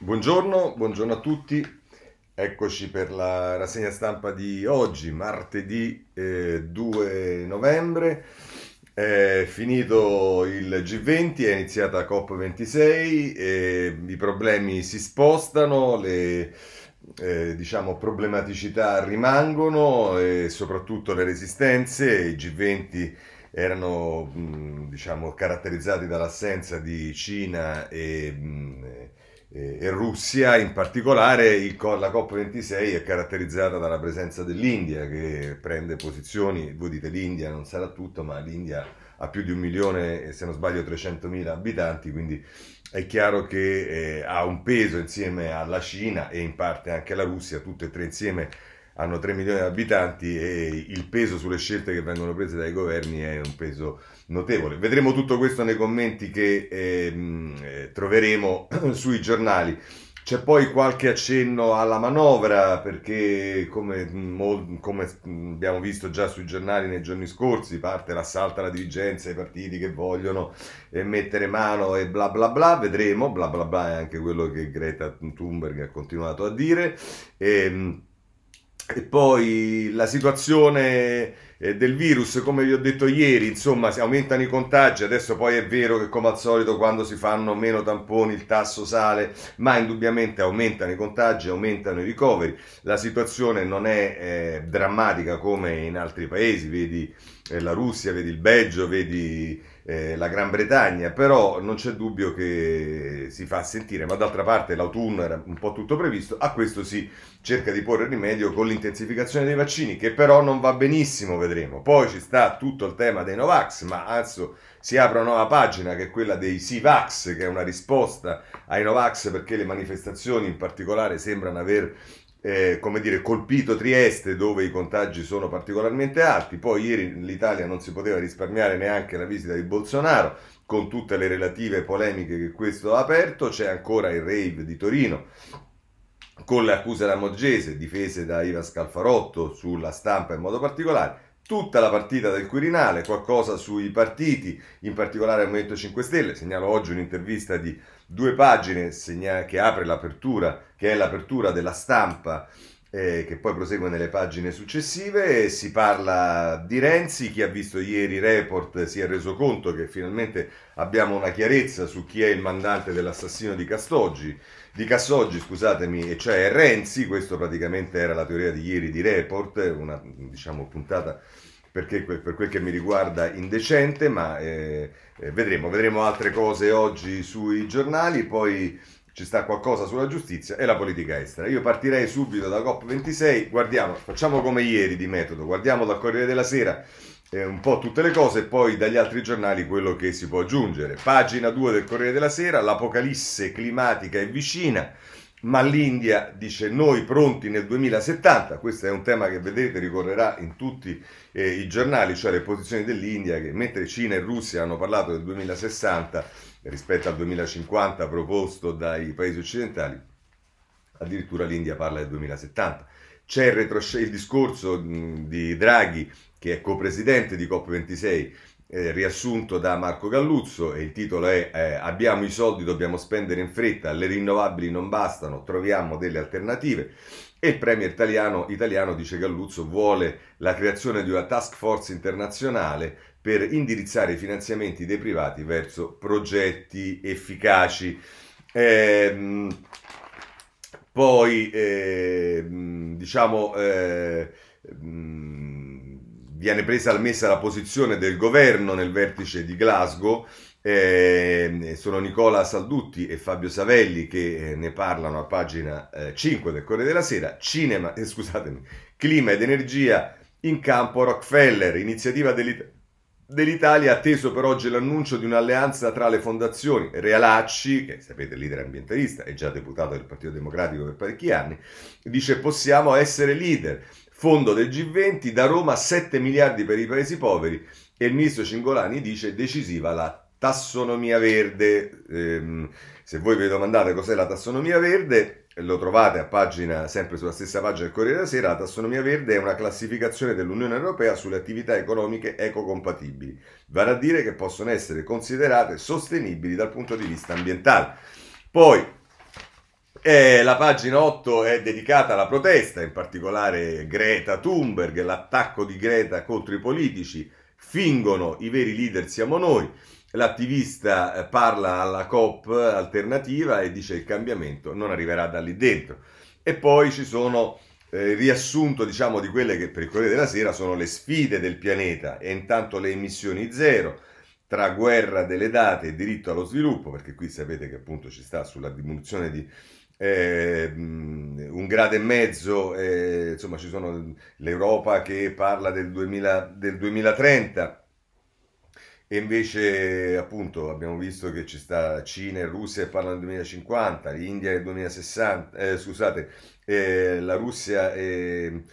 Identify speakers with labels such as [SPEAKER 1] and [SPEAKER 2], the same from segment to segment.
[SPEAKER 1] Buongiorno a tutti, eccoci per la rassegna stampa di oggi, martedì 2 novembre. È finito il G20, è iniziata la COP26, e i problemi si spostano, le diciamo, problematicità rimangono e soprattutto le resistenze. I G20 erano diciamo, caratterizzati dall'assenza di Cina e Russia. In particolare la COP26 è caratterizzata dalla presenza dell'India, che prende posizioni. Voi dite l'India non sarà tutto, ma l'India ha più di 1 milione, se non sbaglio 300.000 abitanti, quindi è chiaro che ha un peso insieme alla Cina e in parte anche alla Russia. Tutte e tre insieme hanno 3 milioni di abitanti e il peso sulle scelte che vengono prese dai governi è un peso notevole. Vedremo tutto questo nei commenti che troveremo sui giornali. C'è poi qualche accenno alla manovra perché, come abbiamo visto già sui giornali nei giorni scorsi, parte l'assalto alla dirigenza, ai partiti che vogliono mettere mano e bla bla bla. Vedremo, bla bla bla è anche quello che Greta Thunberg ha continuato a dire. E poi la situazione del virus, come vi ho detto ieri, insomma, si aumentano i contagi. Adesso poi è vero che, come al solito, quando si fanno meno tamponi il tasso sale, ma indubbiamente aumentano i contagi, aumentano i ricoveri. La situazione non è drammatica come in altri paesi, vedi la Russia, vedi il Belgio, vedi la Gran Bretagna, però non c'è dubbio che si fa sentire. Ma d'altra parte l'autunno era un po' tutto previsto. A questo si cerca di porre rimedio con l'intensificazione dei vaccini, che però non va benissimo, vedremo. Poi ci sta tutto il tema dei Novax, ma adesso si apre una nuova pagina che è quella dei Sivax, che è una risposta ai Novax, perché le manifestazioni in particolare sembrano aver come dire, colpito Trieste, dove i contagi sono particolarmente alti. Poi ieri l'Italia non si poteva risparmiare neanche la visita di Bolsonaro, con tutte le relative polemiche che questo ha aperto. C'è ancora il rave di Torino, con le accuse Lamorgese, difese da Iva Scalfarotto sulla Stampa in modo particolare. Tutta la partita del Quirinale, qualcosa sui partiti, in particolare al Movimento 5 Stelle. Segnalo oggi un'intervista di 2 pagine che apre l'apertura, che è l'apertura della Stampa, che poi prosegue nelle pagine successive. Si parla di Renzi. Chi ha visto ieri Report si è reso conto che finalmente abbiamo una chiarezza su chi è il mandante dell'assassino di Cassoggi, scusatemi, e cioè Renzi. Questo praticamente era la teoria di ieri di Report, una, diciamo, puntata perché per quel che mi riguarda indecente, ma vedremo altre cose oggi sui giornali. Poi ci sta qualcosa sulla giustizia e la politica estera. Io partirei subito da COP26. Guardiamo, facciamo come ieri di metodo, guardiamo dal Corriere della Sera un po' tutte le cose e poi dagli altri giornali quello che si può aggiungere. Pagina 2 del Corriere della Sera: l'apocalisse climatica è vicina, ma l'India dice noi pronti nel 2070. Questo è un tema che, vedete, ricorrerà in tutti i giornali, cioè le posizioni dell'India, che mentre Cina e Russia hanno parlato del 2060 rispetto al 2050 proposto dai paesi occidentali, addirittura l'India parla del 2070. C'è il discorso di Draghi, che è copresidente di COP26, riassunto da Marco Galluzzo, e il titolo è abbiamo i soldi, dobbiamo spendere in fretta, le rinnovabili non bastano, troviamo delle alternative. E il premier italiano, dice Galluzzo, vuole la creazione di una task force internazionale per indirizzare i finanziamenti dei privati verso progetti efficaci. Poi diciamo viene messa la posizione del governo nel vertice di Glasgow. Sono Nicola Saldutti e Fabio Savelli che ne parlano a pagina 5 del Corriere della Sera. Clima ed energia in campo Rockefeller, iniziativa dell'Italia. Atteso per oggi l'annuncio di un'alleanza tra le fondazioni. Realacci, che sapete è leader ambientalista e già deputato del Partito Democratico per parecchi anni, dice possiamo essere leader. Fondo del G20, da Roma 7 miliardi per i paesi poveri, e il ministro Cingolani dice decisiva la tassonomia verde. Se voi vi domandate cos'è la tassonomia verde, lo trovate a pagina, sempre sulla stessa pagina del Corriere della Sera. La tassonomia verde è una classificazione dell'Unione Europea sulle attività economiche ecocompatibili, vale a dire che possono essere considerate sostenibili dal punto di vista ambientale. Poi La pagina 8 è dedicata alla protesta, in particolare Greta Thunberg, l'attacco di Greta contro i politici, fingono i veri leader siamo noi. L'attivista parla alla COP alternativa e dice il cambiamento non arriverà da lì dentro. E poi ci sono il riassunto, diciamo, di quelle che per il Corriere della Sera sono le sfide del pianeta e intanto le emissioni zero, tra guerra delle date e diritto allo sviluppo, perché qui sapete che appunto ci sta sulla diminuzione di 1,5 gradi, insomma ci sono l'Europa che parla del 2030 e invece appunto abbiamo visto che ci sta Cina e Russia che parlano del 2050, l'India del 2060, scusate, la Russia e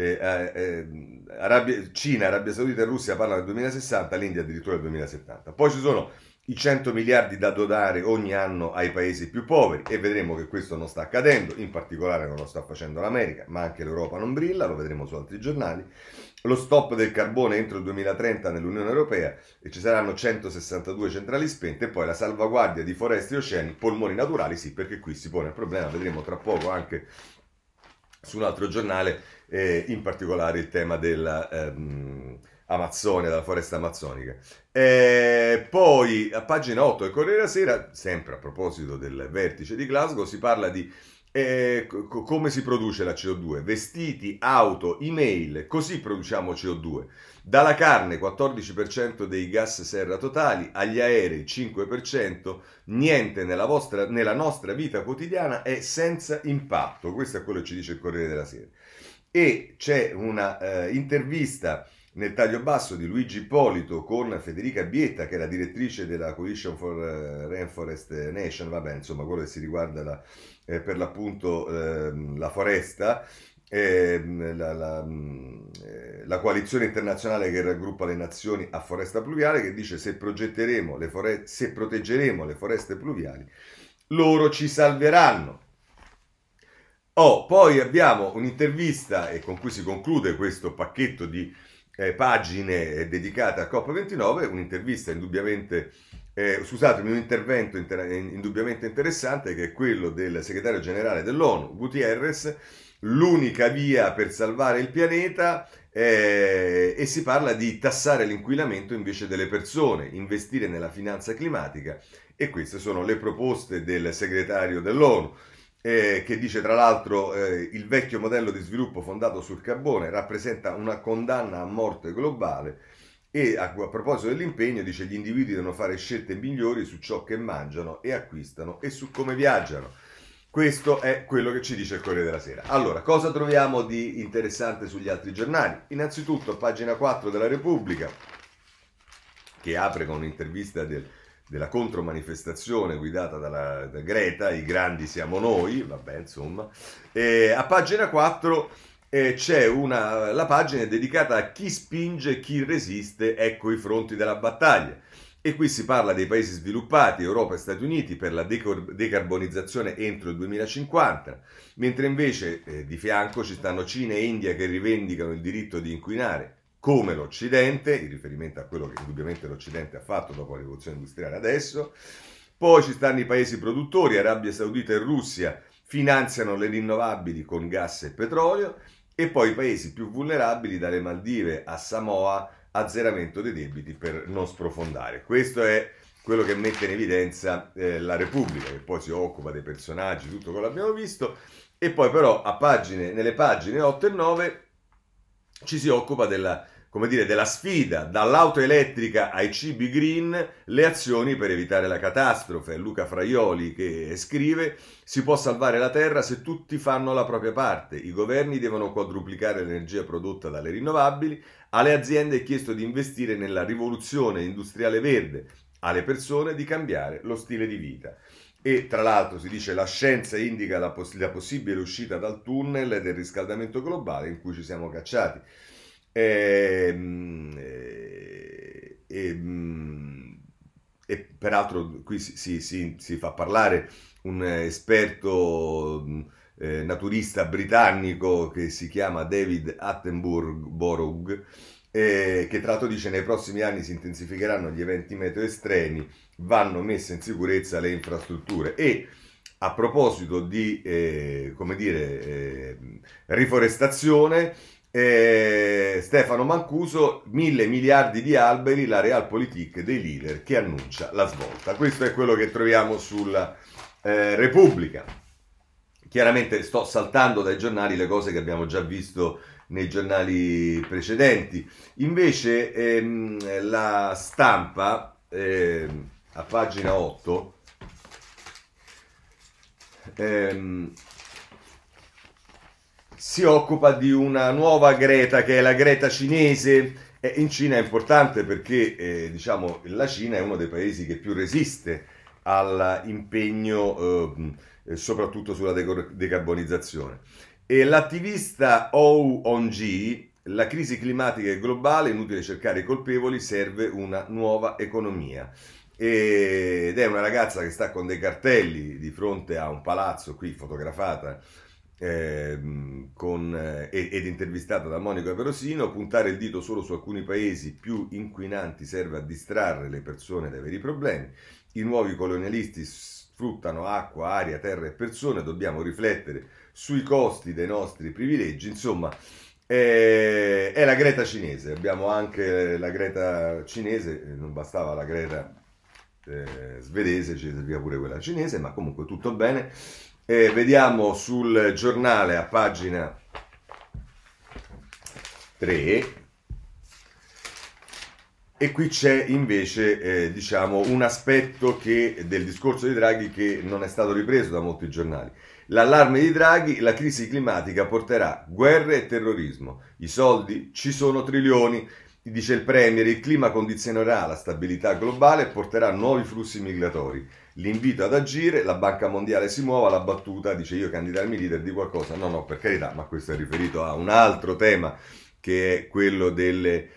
[SPEAKER 1] Cina, Arabia Saudita e Russia parlano del 2060, l'India addirittura del 2070. Poi ci sono i 100 miliardi da donare ogni anno ai paesi più poveri e vedremo che questo non sta accadendo, in particolare non lo sta facendo l'America, ma anche l'Europa non brilla, lo vedremo su altri giornali. Lo stop del carbone entro il 2030 nell'Unione Europea e ci saranno 162 centrali spente e poi la salvaguardia di foreste e oceani, polmoni naturali, sì, perché qui si pone il problema, vedremo tra poco anche su un altro giornale, in particolare il tema della Amazzonia, della foresta amazzonica. Poi a pagina 8 del Corriere della Sera, sempre a proposito del vertice di Glasgow, si parla di come si produce la CO2, vestiti, auto, email, così produciamo CO2. Dalla carne 14% dei gas serra totali, agli aerei 5%, niente nella nostra vita quotidiana è senza impatto. Questo è quello che ci dice il Corriere della Sera. E c'è una intervista nel taglio basso di Luigi Ippolito con Federica Bietta, che è la direttrice della Coalition for Rainforest Nation, vabbè, insomma, quello che si riguarda per l'appunto la foresta, la coalizione internazionale che raggruppa le nazioni a foresta pluviale, che dice se proteggeremo le foreste pluviali, loro ci salveranno. Poi abbiamo un'intervista e con cui si conclude questo pacchetto di pagine dedicate a COP29, un'intervista indubbiamente, un intervento indubbiamente interessante, che è quello del segretario generale dell'ONU, Guterres, l'unica via per salvare il pianeta, e si parla di tassare l'inquinamento invece delle persone, investire nella finanza climatica, e queste sono le proposte del segretario dell'ONU. Che dice tra l'altro il vecchio modello di sviluppo fondato sul carbone rappresenta una condanna a morte globale e a proposito dell'impegno dice gli individui devono fare scelte migliori su ciò che mangiano e acquistano e su come viaggiano. Questo è quello che ci dice il Corriere della Sera. Allora, cosa troviamo di interessante sugli altri giornali? Innanzitutto, pagina 4 della Repubblica, che apre con un'intervista della contromanifestazione guidata da Greta, i grandi siamo noi, vabbè insomma, a pagina 4 c'è la pagina è dedicata a chi spinge e chi resiste, ecco i fronti della battaglia. E qui si parla dei paesi sviluppati, Europa e Stati Uniti, per la decarbonizzazione entro il 2050, mentre invece di fianco ci stanno Cina e India che rivendicano il diritto di inquinare come l'Occidente, in riferimento a quello che indubbiamente l'Occidente ha fatto dopo la rivoluzione industriale adesso. Poi ci stanno i paesi produttori, Arabia Saudita e Russia, finanziano le rinnovabili con gas e petrolio, e poi i paesi più vulnerabili, dalle Maldive a Samoa, azzeramento dei debiti per non sprofondare. Questo è quello che mette in evidenza la Repubblica, che poi si occupa dei personaggi, tutto quello che abbiamo visto, e poi però nelle pagine 8 e 9 ci si occupa della sfida, dall'auto elettrica ai cibi green, le azioni per evitare la catastrofe. Luca Fraioli che scrive: si può salvare la terra se tutti fanno la propria parte, i governi devono quadruplicare l'energia prodotta dalle rinnovabili, alle aziende è chiesto di investire nella rivoluzione industriale verde, alle persone di cambiare lo stile di vita. E tra l'altro si dice la scienza indica la possibile uscita dal tunnel del riscaldamento globale in cui ci siamo cacciati. E peraltro qui si fa parlare un esperto naturista britannico che si chiama David Attenborough, che tra l'altro dice nei prossimi anni si intensificheranno gli eventi meteo estremi, vanno messe in sicurezza le infrastrutture. E a proposito di riforestazione, Stefano Mancuso, 1.000 miliardi di alberi, la realpolitik dei leader che annuncia la svolta. Questo è quello che troviamo sulla Repubblica. Chiaramente sto saltando dai giornali le cose che abbiamo già visto nei giornali precedenti. Invece la Stampa, a pagina 8, si occupa di una nuova Greta, che è la Greta cinese. In Cina è importante perché diciamo, la Cina è uno dei paesi che più resiste all'impegno soprattutto sulla decarbonizzazione. E l'attivista Ou Ongyi: la crisi climatica è globale, inutile cercare i colpevoli, serve una nuova economia. Ed è una ragazza che sta con dei cartelli di fronte a un palazzo, qui fotografata ed intervistata da Monica Perosino. Puntare il dito solo su alcuni paesi più inquinanti serve a distrarre le persone dai veri problemi. I nuovi colonialisti sfruttano acqua, aria, terra e persone, dobbiamo riflettere sui costi dei nostri privilegi. Insomma, è la Greta cinese. Abbiamo anche la Greta cinese, non bastava la Greta svedese, ci serviva pure quella cinese, ma comunque tutto bene. Vediamo sul giornale a pagina 3, e qui c'è invece diciamo un aspetto del discorso di Draghi che non è stato ripreso da molti giornali. L'allarme di Draghi: la crisi climatica porterà guerre e terrorismo, i soldi ci sono trilioni. Dice il Premier: il clima condizionerà la stabilità globale e porterà nuovi flussi migratori. L'invito ad agire, la Banca Mondiale si muova. La battuta: dice, io candidarmi leader di qualcosa, no, per carità, ma questo è riferito a un altro tema, che è quello delle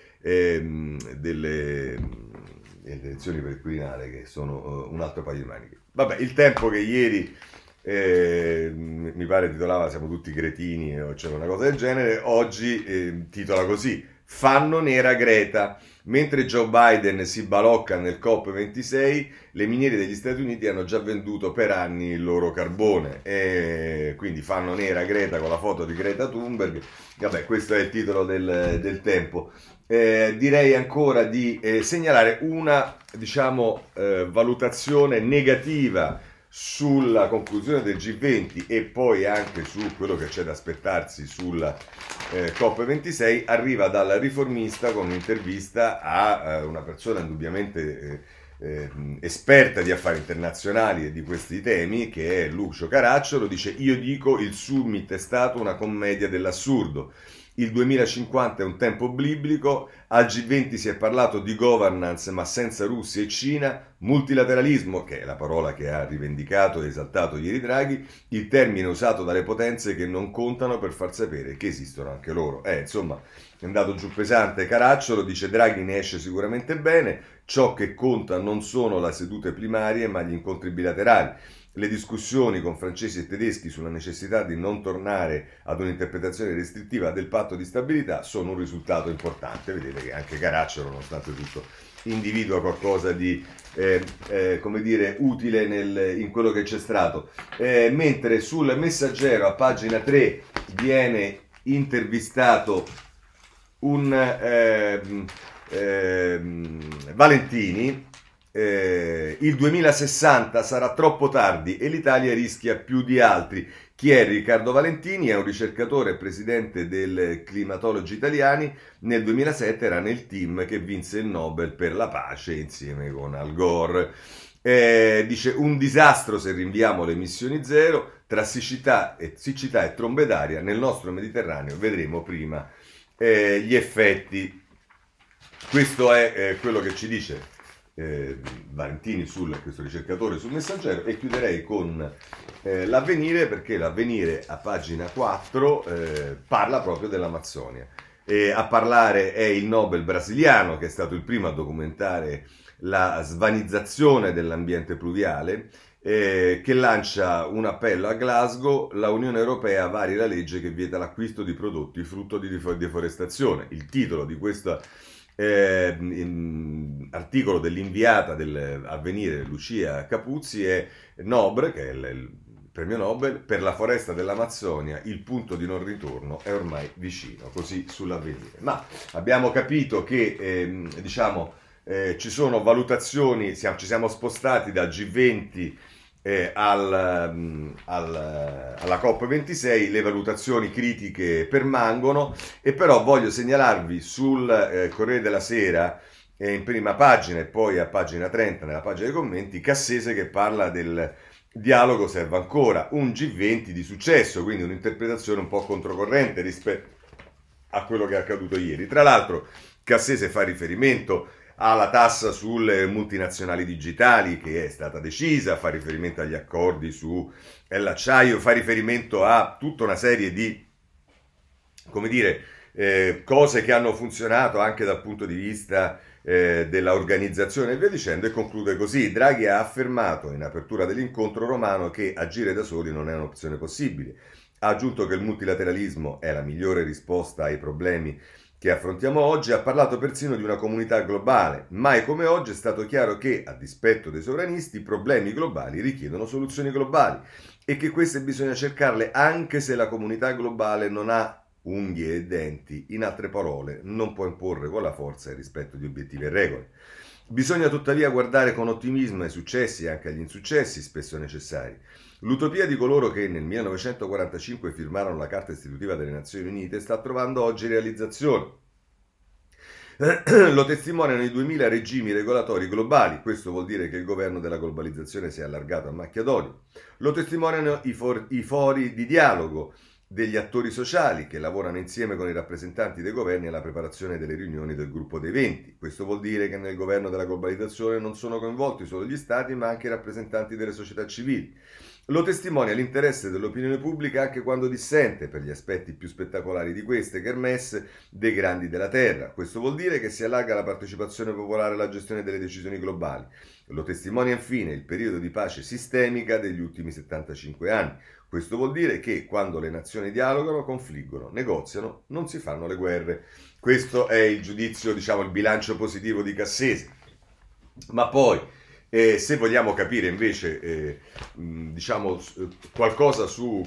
[SPEAKER 1] elezioni per il Quirinale, che sono un altro paio di maniche. Vabbè, il Tempo, che ieri mi pare titolava "Siamo tutti cretini" o c'era una cosa del genere, oggi titola così: fanno nera Greta. Mentre Joe Biden si balocca nel COP26, le miniere degli Stati Uniti hanno già venduto per anni il loro carbone. Quindi fanno nera Greta, con la foto di Greta Thunberg. Vabbè, questo è il titolo del Tempo. Direi ancora di segnalare una, diciamo, valutazione negativa sulla conclusione del G20 e poi anche su quello che c'è da aspettarsi sulla COP26. Arriva dal Riformista con un'intervista a una persona indubbiamente esperta di affari internazionali e di questi temi, che è Lucio Caracciolo. Dice: io dico, il summit è stato una commedia dell'assurdo. Il 2050 è un tempo biblico. Al G20 si è parlato di governance, ma senza Russia e Cina. Multilateralismo, che è la parola che ha rivendicato e esaltato ieri Draghi, il termine usato dalle potenze che non contano per far sapere che esistono anche loro. Insomma, è andato giù pesante Caracciolo. Dice: Draghi ne esce sicuramente bene. Ciò che conta non sono le sedute primarie, ma gli incontri bilaterali. Le discussioni con francesi e tedeschi sulla necessità di non tornare ad un'interpretazione restrittiva del patto di stabilità sono un risultato importante. Vedete che anche Caracciolo, nonostante tutto, individua qualcosa di come dire, utile in quello che c'è stato. Mentre sul Messaggero, a pagina 3, viene intervistato un Valentini. Il 2060 sarà troppo tardi e l'Italia rischia più di altri. Chi è Riccardo Valentini? È un ricercatore e presidente del Climatologi Italiani. Nel 2007 era nel team che vinse il Nobel per la pace insieme con Al Gore. Dice: un disastro se rinviamo le emissioni zero. Tra siccità e trombe d'aria nel nostro Mediterraneo vedremo prima gli effetti. Questo è quello che ci dice Valentini, questo ricercatore, sul Messaggero. E chiuderei con l'Avvenire, perché l'Avvenire a pagina 4 parla proprio dell'Amazzonia. A parlare è il Nobel brasiliano, che è stato il primo a documentare la svanizzazione dell'ambiente pluviale, che lancia un appello a Glasgow: la Unione Europea vari la legge che vieta l'acquisto di prodotti frutto di deforestazione. Il titolo di questo articolo dell'inviata dell'Avvenire Lucia Capuzzi è: Nobre, che è premio Nobel, per la foresta dell'Amazzonia il punto di non ritorno è ormai vicino, così sull'Avvenire. Ma abbiamo capito che ci sono valutazioni, ci siamo spostati dal G20 alla COP26, le valutazioni critiche permangono, e però voglio segnalarvi sul Corriere della Sera, in prima pagina e poi a pagina 30 nella pagina dei commenti, Cassese che parla del dialogo serve ancora, un G20 di successo, quindi un'interpretazione un po' controcorrente rispetto a quello che è accaduto ieri. Tra l'altro Cassese fa riferimento alla tassa sulle multinazionali digitali che è stata decisa, fa riferimento agli accordi sull'acciaio, fa riferimento a tutta una serie di, come dire, cose che hanno funzionato anche dal punto di vista della organizzazione e via dicendo, e conclude così: Draghi ha affermato in apertura dell'incontro romano che agire da soli non è un'opzione possibile. Ha aggiunto che il multilateralismo è la migliore risposta ai problemi che affrontiamo oggi. Ha parlato persino di una comunità globale. Mai come oggi è stato chiaro che, a dispetto dei sovranisti, i problemi globali richiedono soluzioni globali e che queste bisogna cercarle anche se la comunità globale non ha unghie e denti, in altre parole, non può imporre con la forza il rispetto di obiettivi e regole. Bisogna tuttavia guardare con ottimismo ai successi e anche agli insuccessi spesso necessari. L'utopia di coloro che nel 1945 firmarono la Carta istitutiva delle Nazioni Unite sta trovando oggi realizzazione. Lo testimoniano i 2000 regimi regolatori globali, questo vuol dire che il governo della globalizzazione si è allargato a macchia d'olio. Lo testimoniano i fori di dialogo degli attori sociali che lavorano insieme con i rappresentanti dei governi alla preparazione delle riunioni del gruppo dei 20. Questo vuol dire che nel governo della globalizzazione non sono coinvolti solo gli stati, ma anche i rappresentanti delle società civili. Lo testimonia l'interesse dell'opinione pubblica anche quando dissente per gli aspetti più spettacolari di queste kermesse dei grandi della terra. Questo vuol dire che si allarga la partecipazione popolare alla gestione delle decisioni globali. Lo testimonia infine il periodo di pace sistemica degli ultimi 75 anni. Questo vuol dire che quando le nazioni dialogano, confliggono, negoziano, non si fanno le guerre. Questo è il giudizio, il bilancio positivo di Cassese. Ma poi, se vogliamo capire invece, qualcosa su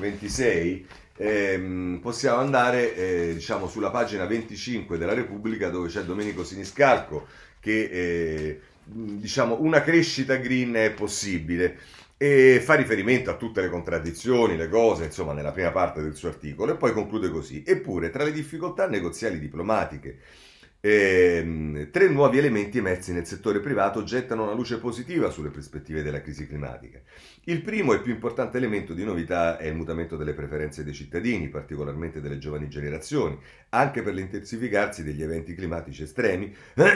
[SPEAKER 1] COP26, possiamo andare, sulla pagina 25 della Repubblica, dove c'è Domenico Siniscalco che, una crescita green è possibile. E fa riferimento a tutte le contraddizioni, le cose, nella prima parte del suo articolo, e poi conclude così: eppure tra le difficoltà negoziali diplomatiche, 3 nuovi elementi emersi nel settore privato gettano una luce positiva sulle prospettive della crisi climatica. Il primo e più importante elemento di novità è il mutamento delle preferenze dei cittadini, particolarmente delle giovani generazioni. Anche per l'intensificarsi degli eventi climatici estremi,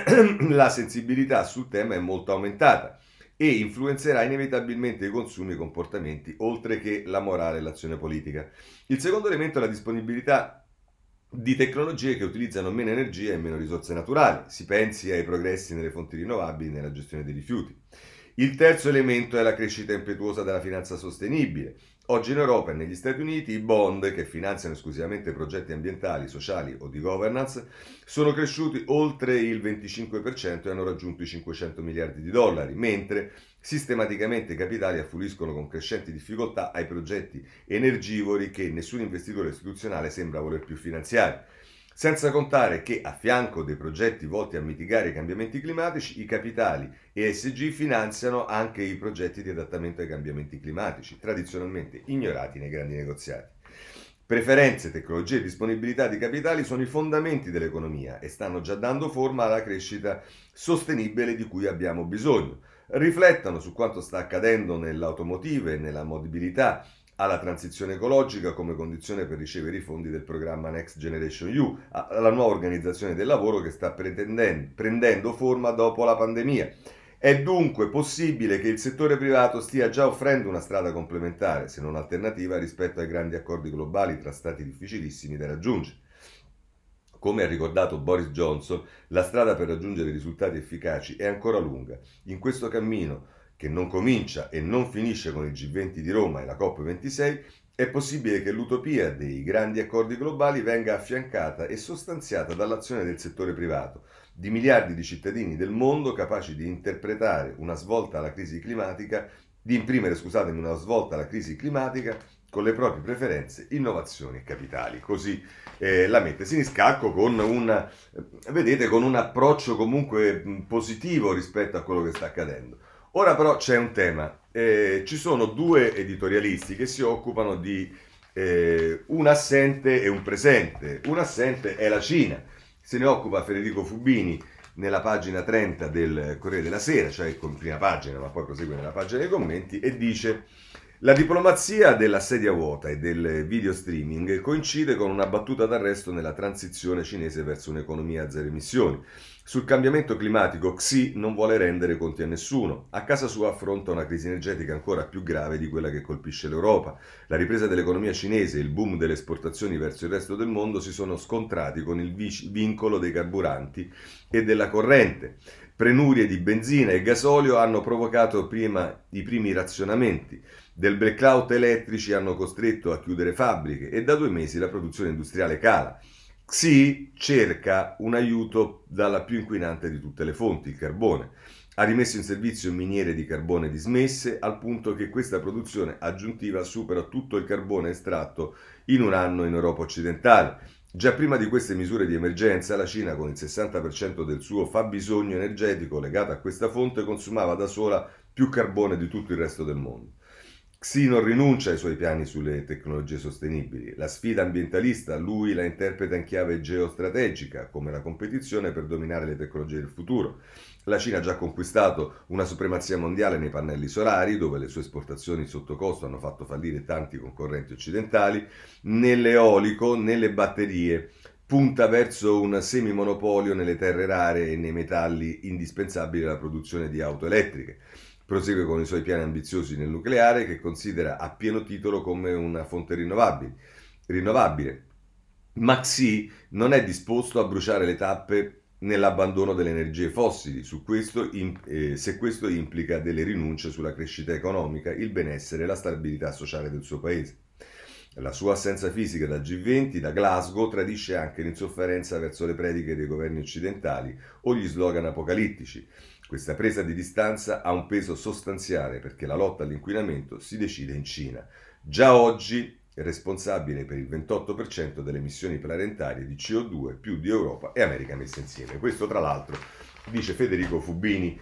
[SPEAKER 1] la sensibilità sul tema è molto aumentata e influenzerà inevitabilmente i consumi e i comportamenti, oltre che la morale e l'azione politica. Il secondo elemento è la disponibilità di tecnologie che utilizzano meno energia e meno risorse naturali. Si pensi ai progressi nelle fonti rinnovabili e nella gestione dei rifiuti. Il terzo elemento è la crescita impetuosa della finanza sostenibile. Oggi in Europa e negli Stati Uniti i bond, che finanziano esclusivamente progetti ambientali, sociali o di governance, sono cresciuti oltre il 25% e hanno raggiunto i 500 miliardi di dollari, mentre sistematicamente i capitali affluiscono con crescenti difficoltà ai progetti energivori che nessun investitore istituzionale sembra voler più finanziare. Senza contare che, a fianco dei progetti volti a mitigare i cambiamenti climatici, i capitali ESG finanziano anche i progetti di adattamento ai cambiamenti climatici, tradizionalmente ignorati nei grandi negoziati. Preferenze, tecnologie e disponibilità di capitali sono i fondamenti dell'economia e stanno già dando forma alla crescita sostenibile di cui abbiamo bisogno. Riflettano su quanto sta accadendo nell'automotive e nella mobilità, alla transizione ecologica come condizione per ricevere i fondi del programma Next Generation EU, alla nuova organizzazione del lavoro che sta prendendo forma dopo la pandemia. È dunque possibile che il settore privato stia già offrendo una strada complementare, se non alternativa, rispetto ai grandi accordi globali tra stati difficilissimi da raggiungere. Come ha ricordato Boris Johnson, la strada per raggiungere risultati efficaci è ancora lunga. In questo cammino, che non comincia e non finisce con il G20 di Roma e la COP26, è possibile che l'utopia dei grandi accordi globali venga affiancata e sostanziata dall'azione del settore privato, di miliardi di cittadini del mondo capaci di interpretare una svolta alla crisi climatica di imprimere, scusatemi, una svolta alla crisi climatica con le proprie preferenze, innovazioni e capitali. Così la mette Siniscalco con vedete, con un approccio comunque positivo rispetto a quello che sta accadendo. Ora però c'è un tema, ci sono due editorialisti che si occupano di un assente e un presente. Un assente è la Cina, se ne occupa Federico Fubini nella pagina 30 del Corriere della Sera, cioè con prima pagina, ma poi prosegue nella pagina dei commenti, e dice: la diplomazia della sedia vuota e del video streaming coincide con una battuta d'arresto nella transizione cinese verso un'economia a zero emissioni. Sul cambiamento climatico Xi non vuole rendere conti a nessuno. A casa sua affronta una crisi energetica ancora più grave di quella che colpisce l'Europa. La ripresa dell'economia cinese e il boom delle esportazioni verso il resto del mondo si sono scontrati con il vincolo dei carburanti e della corrente. Penurie di benzina e gasolio hanno provocato i primi razionamenti. Del blackout elettrici hanno costretto a chiudere fabbriche e da 2 mesi la produzione industriale cala. Xi cerca un aiuto dalla più inquinante di tutte le fonti, il carbone. Ha rimesso in servizio miniere di carbone dismesse al punto che questa produzione aggiuntiva supera tutto il carbone estratto in un anno in Europa occidentale. Già prima di queste misure di emergenza, la Cina, con il 60% del suo fabbisogno energetico legato a questa fonte, consumava da sola più carbone di tutto il resto del mondo. Xi non rinuncia ai suoi piani sulle tecnologie sostenibili. La sfida ambientalista lui la interpreta in chiave geostrategica, come la competizione per dominare le tecnologie del futuro. La Cina ha già conquistato una supremazia mondiale nei pannelli solari, dove le sue esportazioni sotto costo hanno fatto fallire tanti concorrenti occidentali, nell'eolico, nelle batterie. Punta verso un semimonopolio nelle terre rare e nei metalli indispensabili alla produzione di auto elettriche. Prosegue con i suoi piani ambiziosi nel nucleare, che considera a pieno titolo come una fonte rinnovabile. Ma Xi non è disposto a bruciare le tappe nell'abbandono delle energie fossili, se questo implica delle rinunce sulla crescita economica, il benessere e la stabilità sociale del suo paese. La sua assenza fisica da G20, da Glasgow, tradisce anche l'insofferenza verso le prediche dei governi occidentali o gli slogan apocalittici. Questa presa di distanza ha un peso sostanziale perché la lotta all'inquinamento si decide in Cina, già oggi responsabile per il 28% delle emissioni planetarie di CO2 più di Europa e America messe insieme. Questo tra l'altro dice Federico Fubini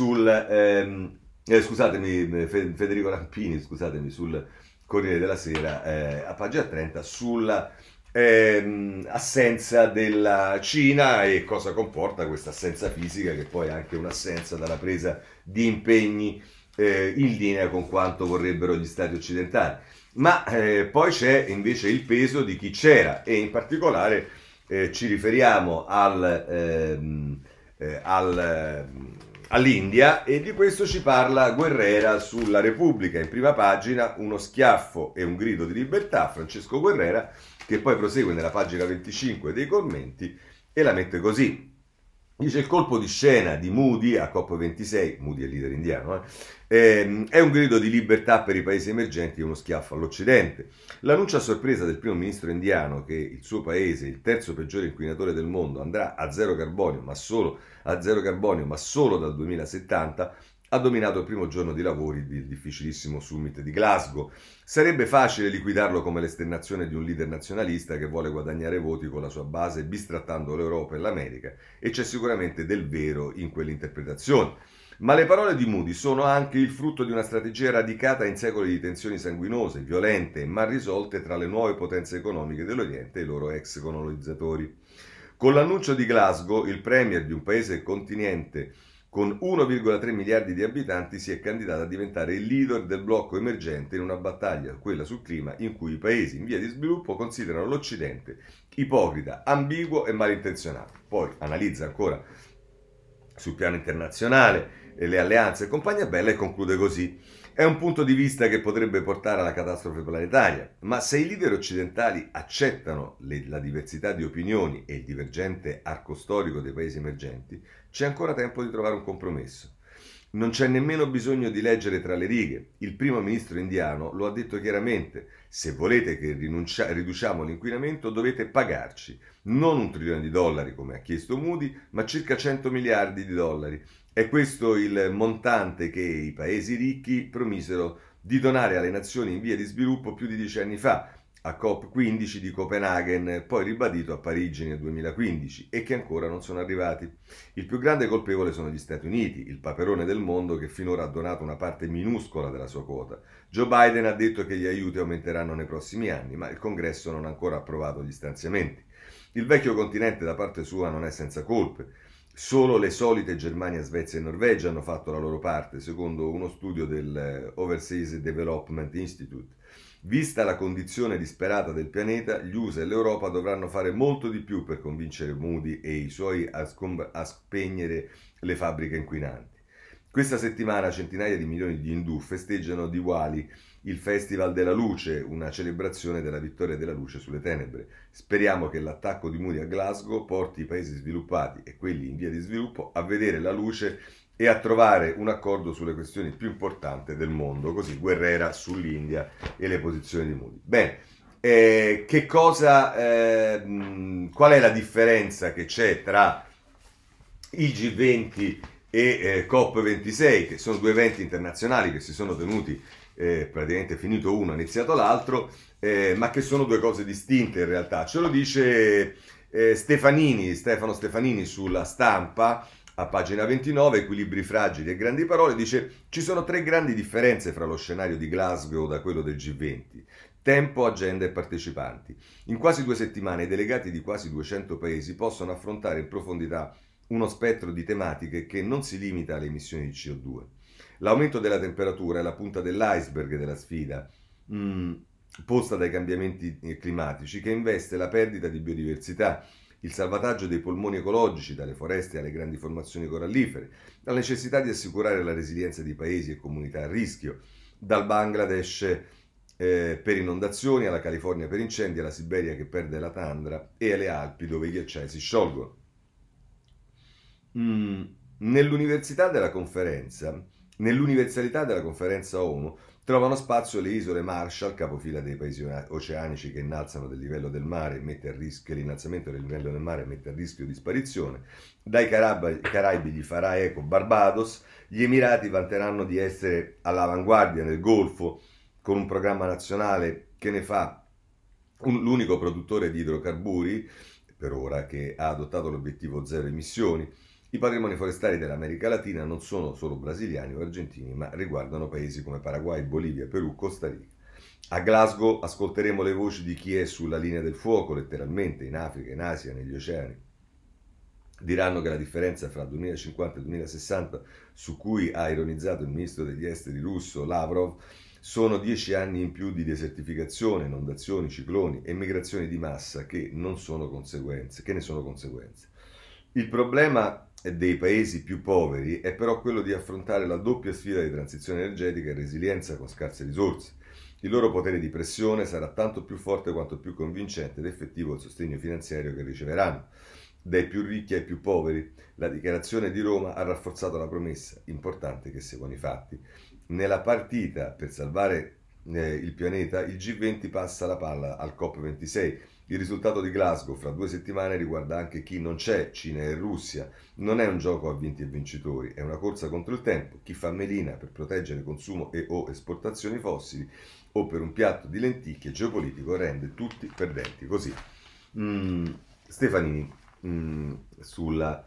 [SPEAKER 1] Federico Rampini, scusatemi, sul Corriere della Sera a pagina 30 sulla assenza della Cina e cosa comporta questa assenza fisica, che poi è anche un'assenza dalla presa di impegni in linea con quanto vorrebbero gli stati occidentali. Ma poi c'è invece il peso di chi c'era e in particolare ci riferiamo all'India, e di questo ci parla Guerrera sulla Repubblica in prima pagina: uno schiaffo e un grido di libertà. Francesco Guerrera, che poi prosegue nella pagina 25 dei commenti e la mette così. Dice: il colpo di scena di Modi a COP26, Modi è il leader indiano, è un grido di libertà per i paesi emergenti e uno schiaffo all'Occidente. L'annuncio a sorpresa del primo ministro indiano che il suo paese, il terzo peggiore inquinatore del mondo, andrà a zero carbonio, ma solo dal 2070, ha dominato il primo giorno di lavori del difficilissimo summit di Glasgow. Sarebbe facile liquidarlo come l'esternazione di un leader nazionalista che vuole guadagnare voti con la sua base bistrattando l'Europa e l'America, e c'è sicuramente del vero in quell'interpretazione. Ma le parole di Modi sono anche il frutto di una strategia radicata in secoli di tensioni sanguinose, violente e mal risolte tra le nuove potenze economiche dell'Oriente e i loro ex colonizzatori. Con l'annuncio di Glasgow, il premier di un paese continente con 1,3 miliardi di abitanti si è candidato a diventare il leader del blocco emergente in una battaglia, quella sul clima, in cui i paesi in via di sviluppo considerano l'Occidente ipocrita, ambiguo e malintenzionato. Poi analizza ancora sul piano internazionale le alleanze e compagnia bella e conclude così: è un punto di vista che potrebbe portare alla catastrofe planetaria, ma se i leader occidentali accettano la diversità di opinioni e il divergente arco storico dei paesi emergenti, c'è ancora tempo di trovare un compromesso. Non c'è nemmeno bisogno di leggere tra le righe. Il primo ministro indiano lo ha detto chiaramente: se volete che riduciamo l'inquinamento dovete pagarci non $1 trilione come ha chiesto Modi, ma circa 100 miliardi di dollari. È questo il montante che i paesi ricchi promisero di donare alle nazioni in via di sviluppo più di 10 anni fa, a COP15 di Copenaghen, poi ribadito a Parigi nel 2015 e che ancora non sono arrivati. Il più grande colpevole sono gli Stati Uniti, il paperone del mondo che finora ha donato una parte minuscola della sua quota. Joe Biden ha detto che gli aiuti aumenteranno nei prossimi anni, ma il Congresso non ha ancora approvato gli stanziamenti. Il vecchio continente da parte sua non è senza colpe. Solo le solite Germania, Svezia e Norvegia hanno fatto la loro parte, secondo uno studio del Overseas Development Institute. Vista la condizione disperata del pianeta, gli USA e l'Europa dovranno fare molto di più per convincere Moody e i suoi a spegnere le fabbriche inquinanti. Questa settimana centinaia di milioni di indù festeggiano Diwali, il Festival della Luce, una celebrazione della vittoria della luce sulle tenebre. Speriamo che l'attacco di Moody a Glasgow porti i paesi sviluppati e quelli in via di sviluppo a vedere la luce e a trovare un accordo sulle questioni più importanti del mondo. Così Guerrera sull'India e le posizioni di Moody. Bene, qual è la differenza che c'è tra il G20 e COP26, che sono due eventi internazionali che si sono tenuti praticamente finito uno, iniziato l'altro, ma che sono due cose distinte in realtà. Ce lo dice Stefano Stefanini sulla Stampa, a pagina 29, equilibri fragili e grandi parole, dice: ci sono 3 grandi differenze fra lo scenario di Glasgow da quello del G20. Tempo, agenda e partecipanti. In quasi 2 settimane i delegati di quasi 200 paesi possono affrontare in profondità uno spettro di tematiche che non si limita alle emissioni di CO2. L'aumento della temperatura è la punta dell'iceberg della sfida posta dai cambiamenti climatici, che investe la perdita di biodiversità, il salvataggio dei polmoni ecologici dalle foreste alle grandi formazioni corallifere, la necessità di assicurare la resilienza di paesi e comunità a rischio, dal Bangladesh per inondazioni, alla California per incendi, alla Siberia che perde la tundra e alle Alpi dove i ghiacciai si sciolgono. Nell'universalità della conferenza ONU trovano spazio le isole Marshall, capofila dei paesi oceanici che innalzano del livello del mare che l'innalzamento del livello del mare mette a rischio di sparizione. Dai Caraibi gli farà eco Barbados. Gli Emirati vanteranno di essere all'avanguardia nel Golfo con un programma nazionale che ne fa l'unico produttore di idrocarburi per ora che ha adottato l'obiettivo zero emissioni. I patrimoni forestali dell'America Latina non sono solo brasiliani o argentini, ma riguardano paesi come Paraguay, Bolivia, Perù, Costa Rica. A Glasgow ascolteremo le voci di chi è sulla linea del fuoco, letteralmente, in Africa, in Asia, negli oceani. Diranno che la differenza fra 2050 e 2060, su cui ha ironizzato il ministro degli esteri russo Lavrov, sono 10 anni in più di desertificazione, inondazioni, cicloni e migrazioni di massa che ne sono conseguenze. Il problema dei paesi più poveri è però quello di affrontare la doppia sfida di transizione energetica e resilienza con scarse risorse. Il loro potere di pressione sarà tanto più forte quanto più convincente ed effettivo il sostegno finanziario che riceveranno. Dai più ricchi ai più poveri, la dichiarazione di Roma ha rafforzato la promessa, importante che seguano i fatti. Nella partita per salvare il pianeta, il G20 passa la palla al COP26. Il risultato di Glasgow fra 2 settimane riguarda anche chi non c'è, Cina e Russia. Non è un gioco a vinti e vincitori, è una corsa contro il tempo. Chi fa melina per proteggere consumo e o esportazioni fossili o per un piatto di lenticchie geopolitico rende tutti perdenti. Così. Stefanini sulla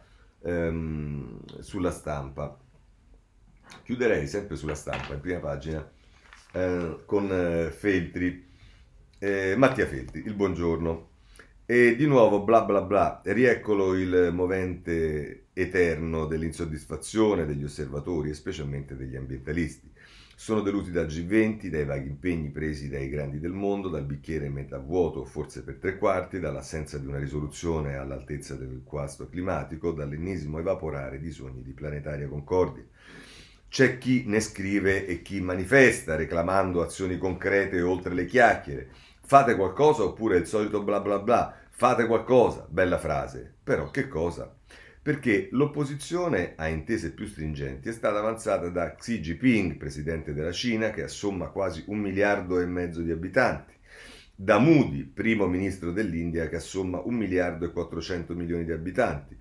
[SPEAKER 1] Stampa. Chiuderei sempre sulla Stampa, in prima pagina, con Feltri. Mattia Feltri, il buongiorno. E di nuovo bla bla bla, rieccolo il movente eterno dell'insoddisfazione degli osservatori e specialmente degli ambientalisti. Sono delusi dal G20, dai vaghi impegni presi dai grandi del mondo, dal bicchiere metà vuoto, forse per 3/4, dall'assenza di una risoluzione all'altezza del guasto climatico, dall'ennesimo evaporare di sogni di planetaria concordia. C'è chi ne scrive e chi manifesta, reclamando azioni concrete oltre le chiacchiere. Fate qualcosa oppure il solito bla bla bla. Fate qualcosa, bella frase. Però che cosa? Perché l'opposizione a intese più stringenti è stata avanzata da Xi Jinping, presidente della Cina, che assomma quasi 1,5 miliardi di abitanti, da Modi, primo ministro dell'India, che assomma 1,4 miliardi di abitanti,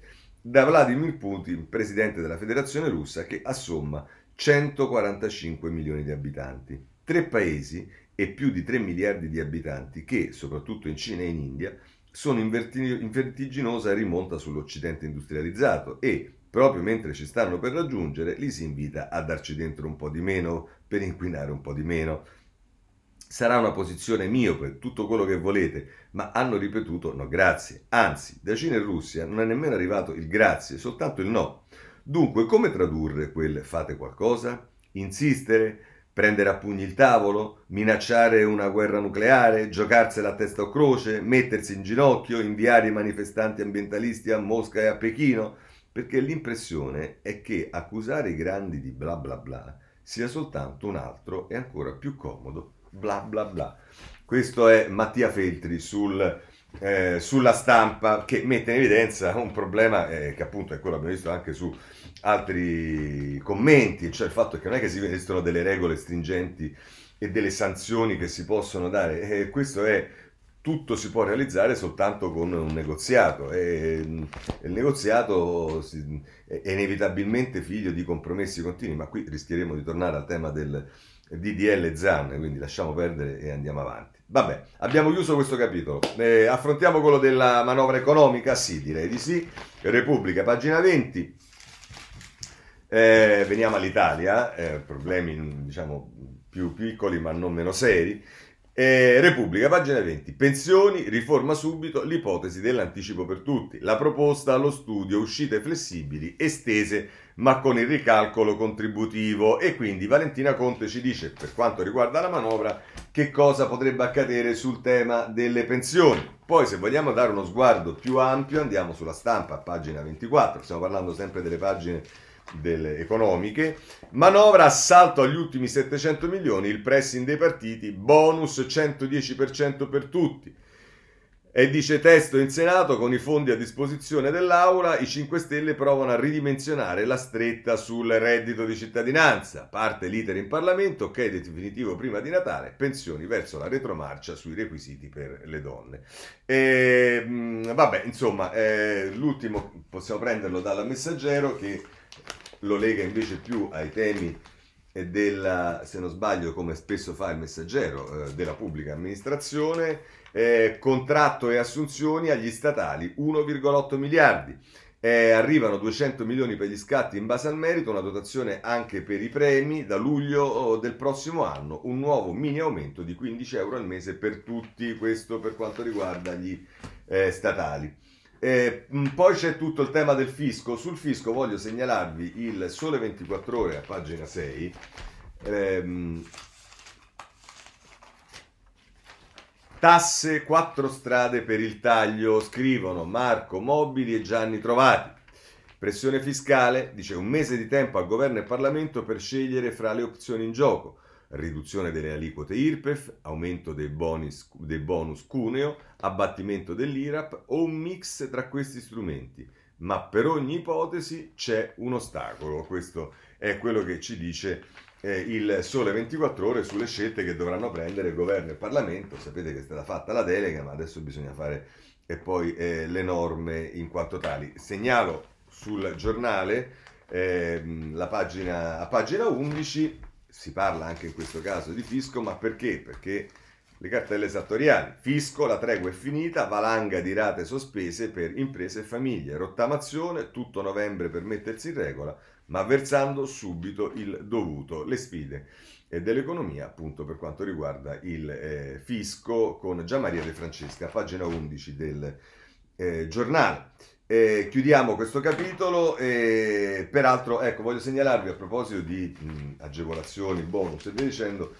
[SPEAKER 1] da Vladimir Putin, presidente della Federazione Russa, che assomma 145 milioni di abitanti. 3 paesi e più di 3 miliardi di abitanti che, soprattutto in Cina e in India, sono in vertiginosa rimonta sull'Occidente industrializzato e, proprio mentre ci stanno per raggiungere, li si invita a darci dentro un po' di meno per inquinare un po' di meno. Sarà una posizione miope, tutto quello che volete, ma hanno ripetuto no grazie. Anzi, da Cina e Russia non è nemmeno arrivato il grazie, soltanto il no. Dunque, come tradurre quel fate qualcosa? Insistere? Prendere a pugni il tavolo? Minacciare una guerra nucleare? Giocarsela a testa o croce? Mettersi in ginocchio? Inviare i manifestanti ambientalisti a Mosca e a Pechino? Perché l'impressione è che accusare i grandi di bla bla bla sia soltanto un altro e ancora più comodo bla bla bla. Questo è Mattia Feltri sulla Stampa, che mette in evidenza un problema che appunto è quello che abbiamo visto anche su altri commenti, cioè il fatto che non è che si esistono delle regole stringenti e delle sanzioni che si possono dare, questo è tutto si può realizzare soltanto con un negoziato e il negoziato è inevitabilmente figlio di compromessi continui, ma qui rischieremo di tornare al tema del DDL Zan, quindi lasciamo perdere e andiamo avanti. Vabbè, abbiamo chiuso questo capitolo. Affrontiamo quello della manovra economica? Sì, direi di sì. Repubblica, pagina 20. Veniamo all'Italia, problemi diciamo più piccoli ma non meno seri. Repubblica, pagina 20. Pensioni, riforma subito, l'ipotesi dell'anticipo per tutti. La proposta allo studio, uscite flessibili, estese ma con il ricalcolo contributivo. E quindi Valentina Conte ci dice, per quanto riguarda la manovra, che cosa potrebbe accadere sul tema delle pensioni. Poi, se vogliamo dare uno sguardo più ampio, andiamo sulla Stampa, pagina 24. Stiamo parlando sempre delle pagine delle economiche. Manovra, assalto agli ultimi 700 milioni, il pressing dei partiti, bonus 110% per tutti. E dice testo in Senato, con i fondi a disposizione dell'Aula, i 5 Stelle provano a ridimensionare la stretta sul reddito di cittadinanza. Parte l'iter in Parlamento, ok definitivo prima di Natale, pensioni verso la retromarcia sui requisiti per le donne. Vabbè, insomma, l'ultimo possiamo prenderlo dal Messaggero, che lo lega invece più ai temi della, se non sbaglio, come spesso fa il Messaggero, della pubblica amministrazione. Contratto e assunzioni agli statali 1,8 miliardi. Arrivano 200 milioni per gli scatti in base al merito, una dotazione anche per i premi da luglio del prossimo anno, un nuovo mini aumento di 15 euro al mese per tutti, questo per quanto riguarda gli statali. Poi c'è tutto il tema del fisco. Sul fisco voglio segnalarvi il Sole 24 Ore a pagina 6. Tasse, 4 strade per il taglio, scrivono Marco Mobili e Gianni Trovati. Pressione fiscale, dice un mese di tempo al governo e Parlamento per scegliere fra le opzioni in gioco. Riduzione delle aliquote IRPEF, aumento dei bonus cuneo, abbattimento dell'IRAP o un mix tra questi strumenti. Ma per ogni ipotesi c'è un ostacolo. Questo è quello che ci dice il Sole 24 Ore sulle scelte che dovranno prendere governo e Parlamento. Sapete che è stata fatta la delega, ma adesso bisogna fare poi le norme in quanto tali. Segnalo sul giornale a pagina 11, si parla anche in questo caso di fisco, ma perché? Perché le cartelle esattoriali, fisco, la tregua è finita, valanga di rate sospese per imprese e famiglie, rottamazione, tutto novembre per mettersi in regola, ma versando subito il dovuto. Le sfide dell'economia, appunto, per quanto riguarda il fisco, con Gianmaria De Francesca, pagina 11 del giornale. Chiudiamo questo capitolo. Peraltro, ecco, voglio segnalarvi a proposito di agevolazioni, bonus e via dicendo,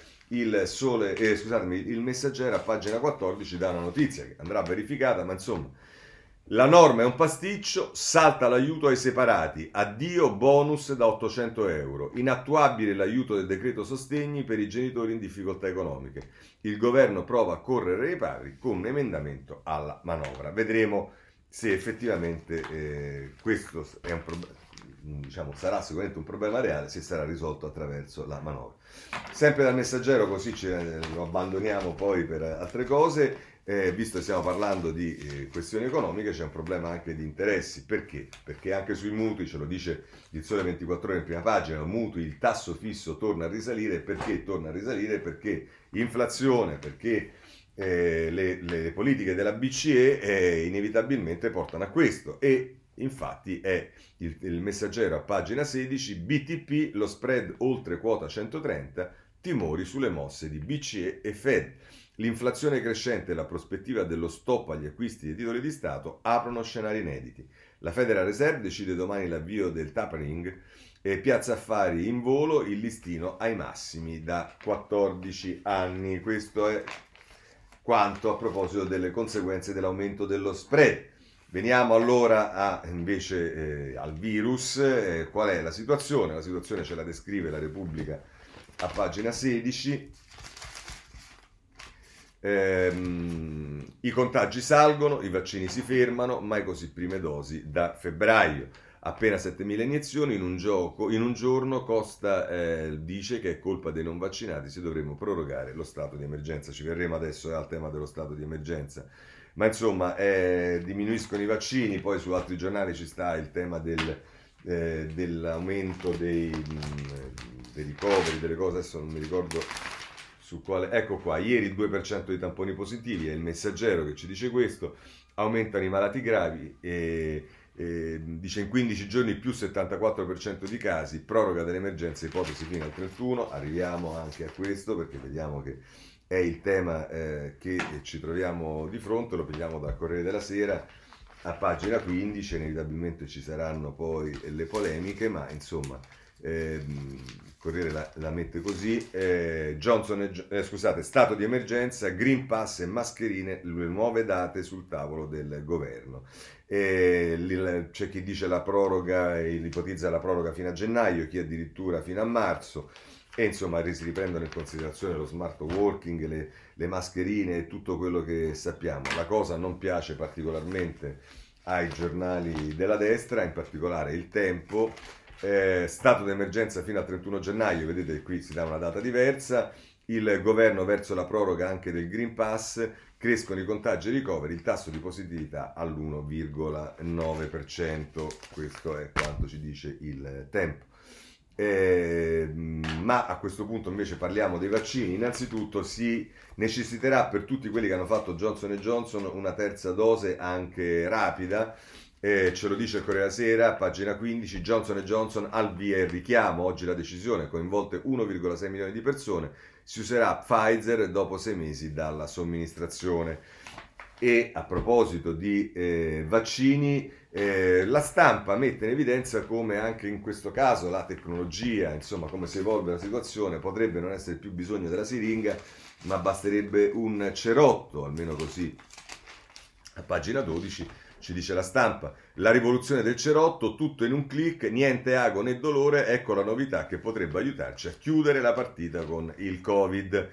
[SPEAKER 1] il Messaggero a pagina 14 dà una notizia che andrà verificata, ma insomma, la norma è un pasticcio, salta l'aiuto ai separati, addio bonus da 800 euro, inattuabile l'aiuto del decreto sostegni per i genitori in difficoltà economiche. Il governo prova a correre ai pari con un emendamento alla manovra. Vedremo se effettivamente questo è un sarà sicuramente un problema reale, se sarà risolto attraverso la manovra. Sempre dal Messaggero, così lo abbandoniamo poi per altre cose. visto che stiamo parlando di questioni economiche, c'è un problema anche di interessi. Perché? Perché anche sui mutui, ce lo dice il Sole 24 Ore in prima pagina, mutui, il tasso fisso torna a risalire. Perché torna a risalire? Perché inflazione, perché le politiche della BCE inevitabilmente portano a questo. E infatti è il Messaggero a pagina 16, BTP, lo spread oltre quota 130, timori sulle mosse di BCE e Fed. L'inflazione crescente e la prospettiva dello stop agli acquisti dei titoli di Stato aprono scenari inediti. La Federal Reserve decide domani l'avvio del tapering e Piazza Affari in volo, il listino ai massimi da 14 anni. Questo è quanto a proposito delle conseguenze dell'aumento dello spread. Veniamo allora invece al virus. Qual è la situazione? La situazione ce la descrive la Repubblica a pagina 16. I contagi salgono, i vaccini si fermano, mai così prime dosi da febbraio. Appena 7.000 iniezioni in un giorno. Costa dice che è colpa dei non vaccinati, se dovremmo prorogare lo stato di emergenza. Ci verremo adesso al tema dello stato di emergenza. Ma insomma, diminuiscono i vaccini, poi su altri giornali ci sta il tema dell'aumento dei ricoveri, delle cose, adesso non mi ricordo su quale. Ecco qua, ieri il 2% di tamponi positivi, è il Messaggero che ci dice questo, aumentano i malati gravi dice in 15 giorni più 74% di casi, proroga dell'emergenza, ipotesi fino al 31, arriviamo anche a questo perché vediamo che è il tema che ci troviamo di fronte, lo prendiamo dal Corriere della Sera a pagina 15, inevitabilmente ci saranno poi le polemiche, ma insomma Corriere la mette così. Stato di emergenza, Green Pass e mascherine, le nuove date sul tavolo del governo. C'è chi dice la proroga, ipotizza la proroga fino a gennaio, chi addirittura fino a marzo. E insomma si riprendono in considerazione lo smart working, le mascherine e tutto quello che sappiamo. La cosa non piace particolarmente ai giornali della destra, in particolare Il Tempo. Stato d'emergenza fino al 31 gennaio, vedete qui si dà una data diversa, il governo verso la proroga anche del Green Pass, crescono i contagi e i ricoveri, il tasso di positività all'1,9%, questo è quanto ci dice Il Tempo. Ma a questo punto invece parliamo dei vaccini. Innanzitutto si necessiterà per tutti quelli che hanno fatto Johnson Johnson una terza dose anche rapida. Ce lo dice il Corriere della Sera, pagina 15, Johnson Johnson al via il richiamo, oggi la decisione, coinvolte 1,6 milioni di persone, si userà Pfizer dopo 6 mesi dalla somministrazione. E a proposito di vaccini, la stampa mette in evidenza come anche in questo caso la tecnologia, insomma come si evolve la situazione, potrebbe non essere più bisogno della siringa, ma basterebbe un cerotto, almeno così a pagina 12 ci dice la stampa. La rivoluzione del cerotto, tutto in un click, niente ago né dolore, ecco la novità che potrebbe aiutarci a chiudere la partita con il Covid.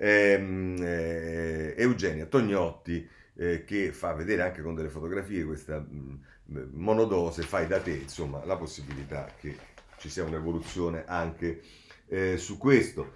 [SPEAKER 1] Eugenia Tognotti, che fa vedere anche con delle fotografie questa monodose, fai da te, insomma la possibilità che ci sia un'evoluzione anche su questo.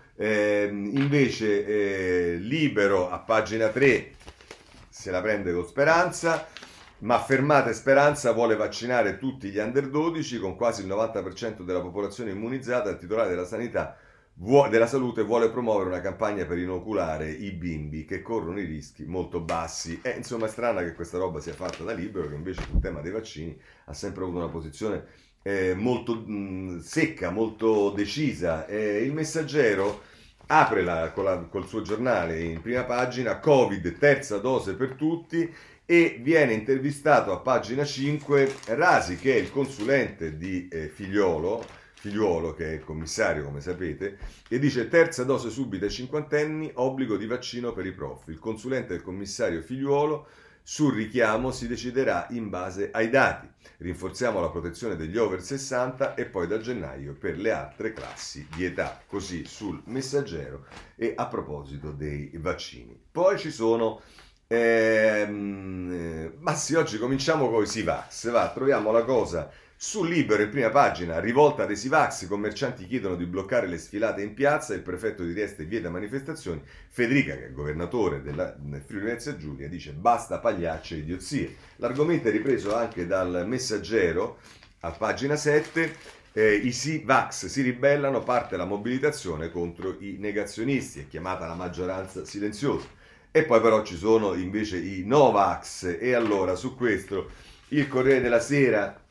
[SPEAKER 1] Invece Libero a pagina 3 se la prende con Speranza, ma fermate Speranza, vuole vaccinare tutti gli under 12 con quasi il 90% della popolazione immunizzata. Il titolare della sanità della salute vuole promuovere una campagna per inoculare i bimbi che corrono i rischi molto bassi. Insomma è strana che questa roba sia fatta da Libero, che invece sul tema dei vaccini ha sempre avuto una posizione molto secca, molto decisa. Il Messaggero apre col suo giornale in prima pagina, Covid, terza dose per tutti, e viene intervistato a pagina 5 Rasi, che è il consulente di Figliuolo, che è il commissario come sapete, e dice terza dose subita ai cinquantenni, obbligo di vaccino per i prof. Il consulente del commissario Figliuolo, sul richiamo si deciderà in base ai dati. Rinforziamo la protezione degli over 60 e poi da gennaio per le altre classi di età. Così sul Messaggero e a proposito dei vaccini. Poi ci sono ma sì, oggi cominciamo con i si va, troviamo la cosa Su Libero, in prima pagina, rivolta dei Sivax, i commercianti chiedono di bloccare le sfilate in piazza, il prefetto di Trieste vieta manifestazioni, Federica, che è governatore del Friuli Venezia Giulia, dice basta pagliacce e idiozie. L'argomento è ripreso anche dal Messaggero, a pagina 7, i Sivax si ribellano, parte la mobilitazione contro i negazionisti, è chiamata la maggioranza silenziosa. E poi però ci sono invece i Novax, e allora su questo il Corriere della Sera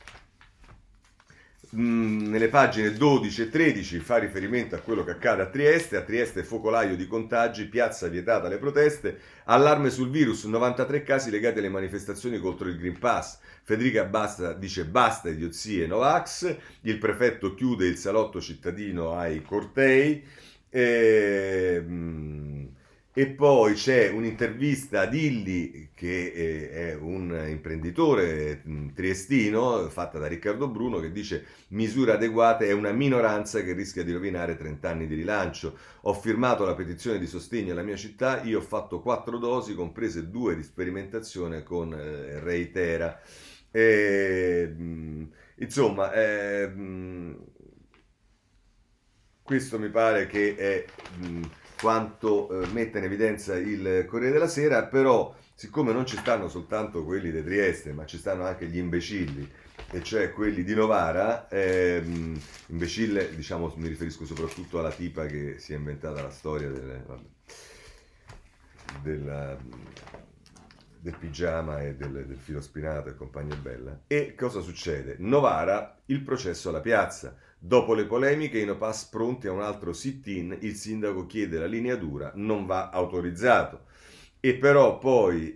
[SPEAKER 1] nelle pagine 12 e 13 fa riferimento a quello che accade a Trieste focolaio di contagi, piazza vietata alle proteste, allarme sul virus, 93 casi legati alle manifestazioni contro il Green Pass, Federica dice basta idiozie Novax, il prefetto chiude il salotto cittadino ai cortei, e poi c'è un'intervista ad Illy, che è un imprenditore triestino, fatta da Riccardo Bruno, che dice misure adeguate, è una minoranza che rischia di rovinare 30 anni di rilancio. Ho firmato la petizione di sostegno alla mia città, io ho fatto 4 dosi, comprese 2 di sperimentazione con Reitera. Insomma, questo mi pare che è quanto mette in evidenza il Corriere della Sera, però siccome non ci stanno soltanto quelli di Trieste, ma ci stanno anche gli imbecilli, e cioè quelli di Novara, imbecille, diciamo, mi riferisco soprattutto alla tipa che si è inventata la storia del pigiama e del filo spinato e compagnia bella. E cosa succede? Novara, il processo alla piazza. Dopo le polemiche, i No Pass pronti a un altro sit-in, il sindaco chiede la linea dura, non va autorizzato. E però poi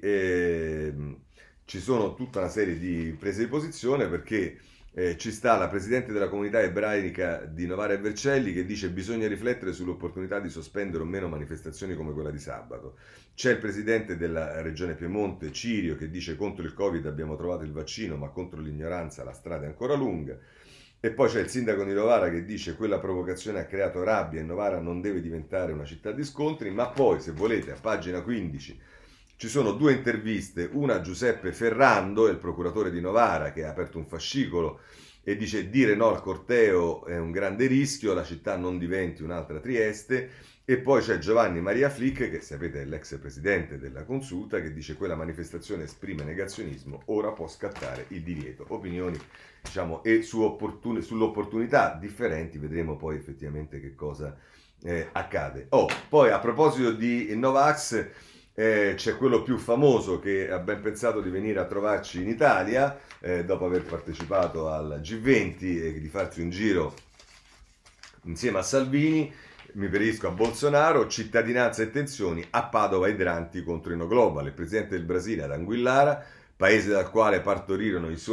[SPEAKER 1] ci sono tutta una serie di prese di posizione, perché ci sta la presidente della comunità ebraica di Novara e Vercelli che dice bisogna riflettere sull'opportunità di sospendere o meno manifestazioni come quella di sabato. C'è il presidente della regione Piemonte, Cirio, che dice contro il Covid abbiamo trovato il vaccino, ma contro l'ignoranza la strada è ancora lunga. E poi c'è il sindaco di Novara che dice quella provocazione ha creato rabbia e Novara non deve diventare una città di scontri, ma poi, se volete, a pagina 15 ci sono 2 interviste, una a Giuseppe Ferrando, il procuratore di Novara, che ha aperto un fascicolo e dice dire no al corteo è un grande rischio, la città non diventi un'altra Trieste. E poi c'è Giovanni Maria Flick, che sapete è l'ex presidente della Consulta, che dice quella manifestazione esprime negazionismo, ora può scattare il divieto. Opinioni, diciamo, e sull'opportunità differenti, vedremo poi effettivamente che cosa accade. Poi a proposito di Novax, c'è quello più famoso che ha ben pensato di venire a trovarci in Italia, dopo aver partecipato al G20 e di farsi un giro insieme a Salvini. Mi riferisco a Bolsonaro, cittadinanza e tensioni, a Padova idranti contro Inoglobal. Il presidente del Brasile ad Anguillara, paese dal quale partirono i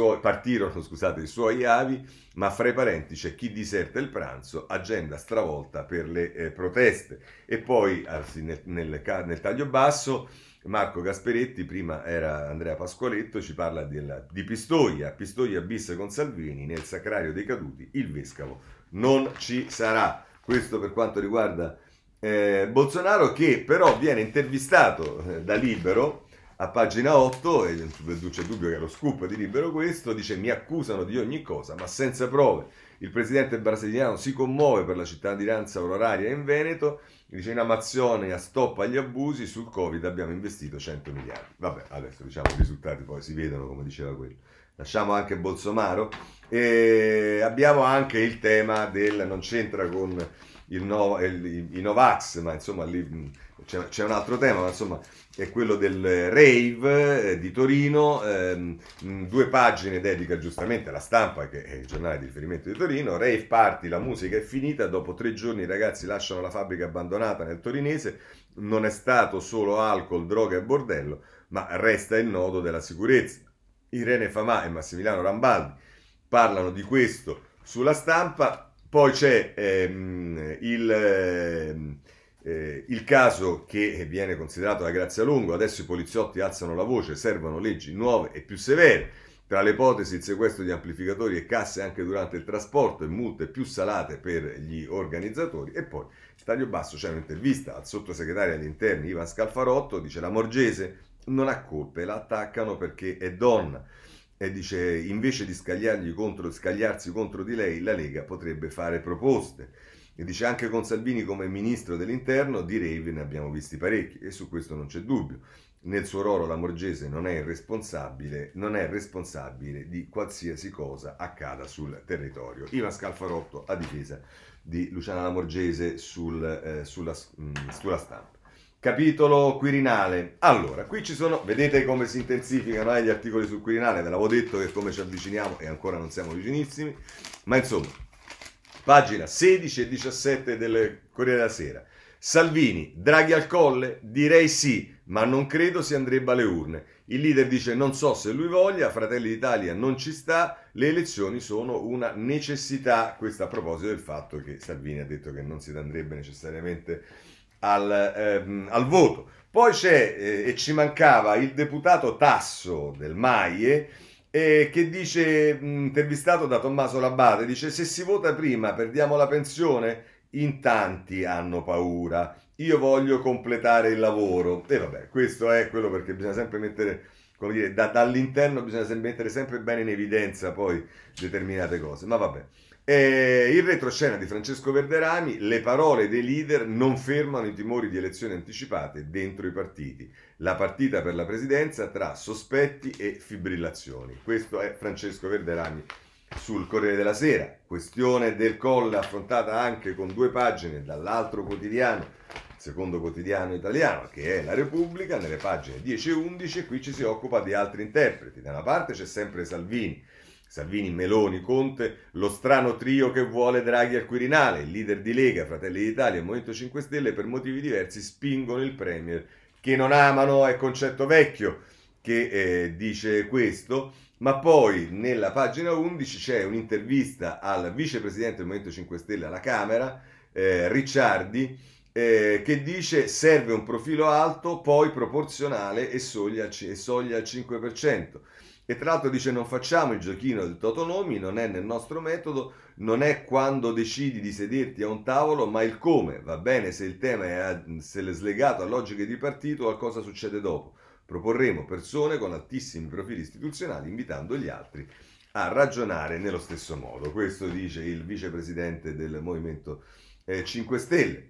[SPEAKER 1] suoi avi, ma fra i parenti c'è chi diserta il pranzo, agenda stravolta per le proteste. E poi nel taglio basso Marco Gasperetti, prima era Andrea Pasqualetto, ci parla di Pistoia bis con Salvini, nel sacrario dei caduti il vescovo non ci sarà. Questo per quanto riguarda Bolsonaro, che però viene intervistato da Libero a pagina 8, e non c'è dubbio che è lo scoop di Libero questo, dice mi accusano di ogni cosa ma senza prove. Il presidente brasiliano si commuove per la cittadinanza onoraria in Veneto, dice in Amazzonia stop agli abusi, sul Covid abbiamo investito 100 miliardi. Vabbè, adesso diciamo i risultati poi si vedono, come diceva quello. Lasciamo anche Bolsonaro. E abbiamo anche il tema del non c'entra con i Novax, ma insomma lì c'è un altro tema, ma insomma è quello del rave di Torino. 2 pagine dedica giustamente alla Stampa, che è il giornale di riferimento di Torino. Rave party, la musica è finita, dopo 3 giorni i ragazzi lasciano la fabbrica abbandonata nel torinese. Non è stato solo alcol, droga e bordello, ma resta il nodo della sicurezza. Irene Famà e Massimiliano Rambaldi parlano di questo sulla Stampa. Poi c'è il caso che viene considerato da Grazia Lungo, adesso i poliziotti alzano la voce, servono leggi nuove e più severe. Tra le ipotesi il sequestro di amplificatori e casse anche durante il trasporto e multe più salate per gli organizzatori. E poi, taglio basso, c'è un'intervista al sottosegretario agli interni Ivan Scalfarotto, dice la Morgese non ha colpe, la attaccano perché è donna. e dice invece di scagliarsi contro di lei, la Lega potrebbe fare proposte. E dice anche con Salvini come ministro dell'interno di rave ne abbiamo visti parecchi e su questo non c'è dubbio. Nel suo ruolo Lamorgese non è responsabile di qualsiasi cosa accada sul territorio. Ivan Scalfarotto a difesa di Luciana Lamorgese sulla stampa. Capitolo Quirinale. Allora, qui ci sono, vedete come si intensificano gli articoli sul Quirinale, ve l'avevo detto che come ci avviciniamo e ancora non siamo vicinissimi, ma insomma, pagina 16 e 17 del Corriere della Sera. Salvini, Draghi al colle? Direi sì, ma non credo si andrebbe alle urne. Il leader dice non so se lui voglia, Fratelli d'Italia non ci sta, le elezioni sono una necessità. Questo a proposito del fatto che Salvini ha detto che non si andrebbe necessariamente al voto. Poi c'è, e ci mancava, il deputato Tasso del MAIE, che dice, intervistato da Tommaso Labate, dice se si vota prima perdiamo la pensione, in tanti hanno paura, io voglio completare il lavoro. E vabbè, questo è quello perché bisogna sempre mettere, come dire, dall'interno bisogna sempre mettere sempre bene in evidenza poi determinate cose, ma vabbè. Il retroscena di Francesco Verderami, le parole dei leader non fermano i timori di elezioni anticipate dentro i partiti. La partita per la presidenza tra sospetti e fibrillazioni. Questo è Francesco Verderami sul Corriere della Sera. Questione del Colle affrontata anche con 2 pagine dall'altro quotidiano, secondo quotidiano italiano, che è La Repubblica, nelle pagine 10 e 11, qui ci si occupa di altri interpreti. Da una parte c'è sempre Salvini, Meloni, Conte, lo strano trio che vuole Draghi al Quirinale, il leader di Lega, Fratelli d'Italia e Movimento 5 Stelle per motivi diversi spingono il Premier che non amano, è concetto vecchio che dice questo, ma poi nella pagina 11 c'è un'intervista al vicepresidente del Movimento 5 Stelle alla Camera, Ricciardi, che dice serve un profilo alto, poi proporzionale e soglia al 5%. E tra l'altro dice non facciamo il giochino del totonomi, non è nel nostro metodo, non è quando decidi di sederti a un tavolo, ma il come. Va bene se il tema è slegato a logiche di partito o a cosa succede dopo. Proporremo persone con altissimi profili istituzionali invitando gli altri a ragionare nello stesso modo. Questo dice il vicepresidente del Movimento 5 Stelle.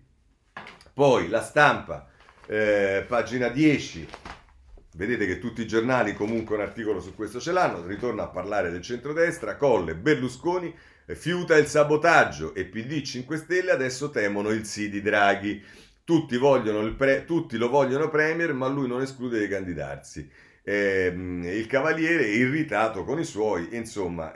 [SPEAKER 1] Poi la Stampa, pagina 10. Vedete che tutti i giornali comunque un articolo su questo ce l'hanno, ritorna a parlare del centrodestra, Colle, Berlusconi, fiuta il sabotaggio e PD 5 Stelle adesso temono il sì di Draghi. Tutti lo vogliono premier, ma lui non esclude di candidarsi. Il Cavaliere è irritato con i suoi, insomma,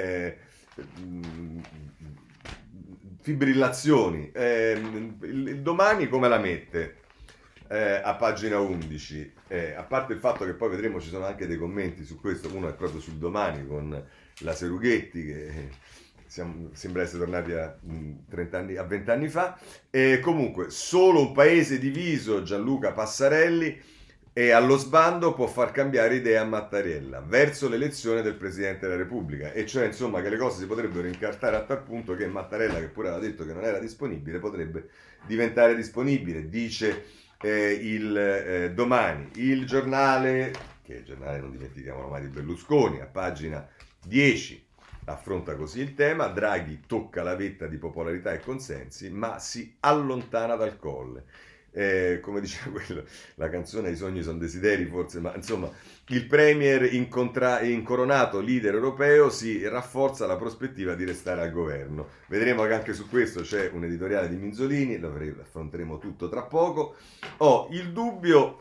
[SPEAKER 1] fibrillazioni. Il Domani come la mette? A pagina 11, a parte il fatto che poi vedremo ci sono anche dei commenti su questo, uno è proprio sul Domani con la Serughetti che sembra essere tornati a 20 anni fa, e comunque solo un paese diviso, Gianluca Passarelli, e allo sbando può far cambiare idea a Mattarella verso l'elezione del Presidente della Repubblica, e cioè insomma che le cose si potrebbero incartare a tal punto che Mattarella, che pure aveva detto che non era disponibile, potrebbe diventare disponibile, dice il Domani. Il Giornale, che è il giornale non dimentichiamolo mai di Berlusconi, a pagina 10 affronta così il tema, Draghi tocca la vetta di popolarità e consensi ma si allontana dal Colle. Come diceva quello, la canzone I sogni sono desideri forse, ma insomma il premier incoronato leader europeo si rafforza la prospettiva di restare al governo. Vedremo che anche su questo c'è un editoriale di Minzolini, lo affronteremo tutto tra poco. Ho il dubbio,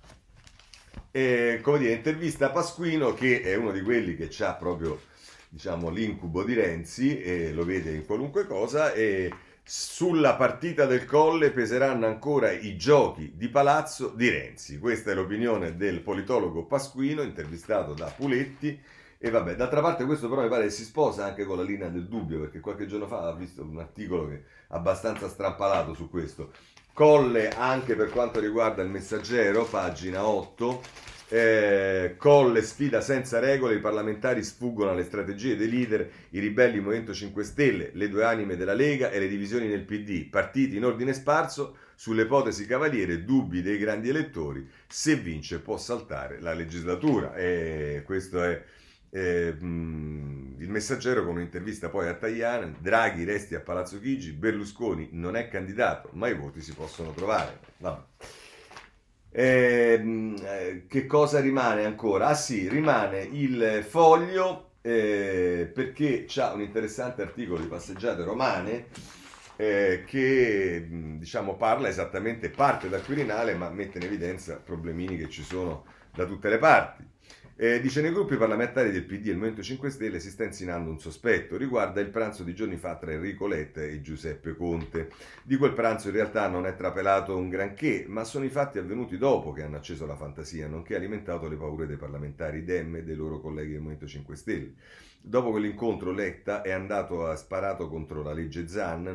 [SPEAKER 1] come dire, intervista a Pasquino, che è uno di quelli che ha proprio, diciamo, l'incubo di Renzi e lo vede in qualunque cosa, e sulla partita del Colle peseranno ancora i giochi di palazzo di Renzi. Questa è l'opinione del politologo Pasquino, intervistato da Puletti. E vabbè, d'altra parte questo però mi pare che si sposa anche con la linea del dubbio, perché qualche giorno fa ho visto un articolo che è abbastanza strampalato su questo. Colle anche per quanto riguarda il Messaggero, pagina 8. Colle sfida senza regole, i parlamentari sfuggono alle strategie dei leader, i ribelli Movimento 5 Stelle, le due anime della Lega e le divisioni nel PD, partiti in ordine sparso, sulle ipotesi Cavaliere, dubbi dei grandi elettori, se vince può saltare la legislatura. E questo è Il Messaggero con un'intervista poi a Tajani: Draghi resti a Palazzo Chigi, Berlusconi non è candidato, ma i voti si possono trovare. Vabbè. Che cosa rimane ancora? Ah sì, rimane il Foglio, perché c'ha un interessante articolo di Passeggiate Romane, che diciamo parla esattamente, parte dal Quirinale ma mette in evidenza problemini che ci sono da tutte le parti. Dice: nei gruppi parlamentari del PD e il Movimento 5 Stelle si sta insinuando un sospetto, riguarda il pranzo di giorni fa tra Enrico Letta e Giuseppe Conte. Di quel pranzo in realtà non è trapelato un granché, ma sono i fatti avvenuti dopo che hanno acceso la fantasia, nonché alimentato le paure dei parlamentari Dem e dei loro colleghi del Movimento 5 Stelle. Dopo quell'incontro Letta è andato a sparato contro la legge Zan,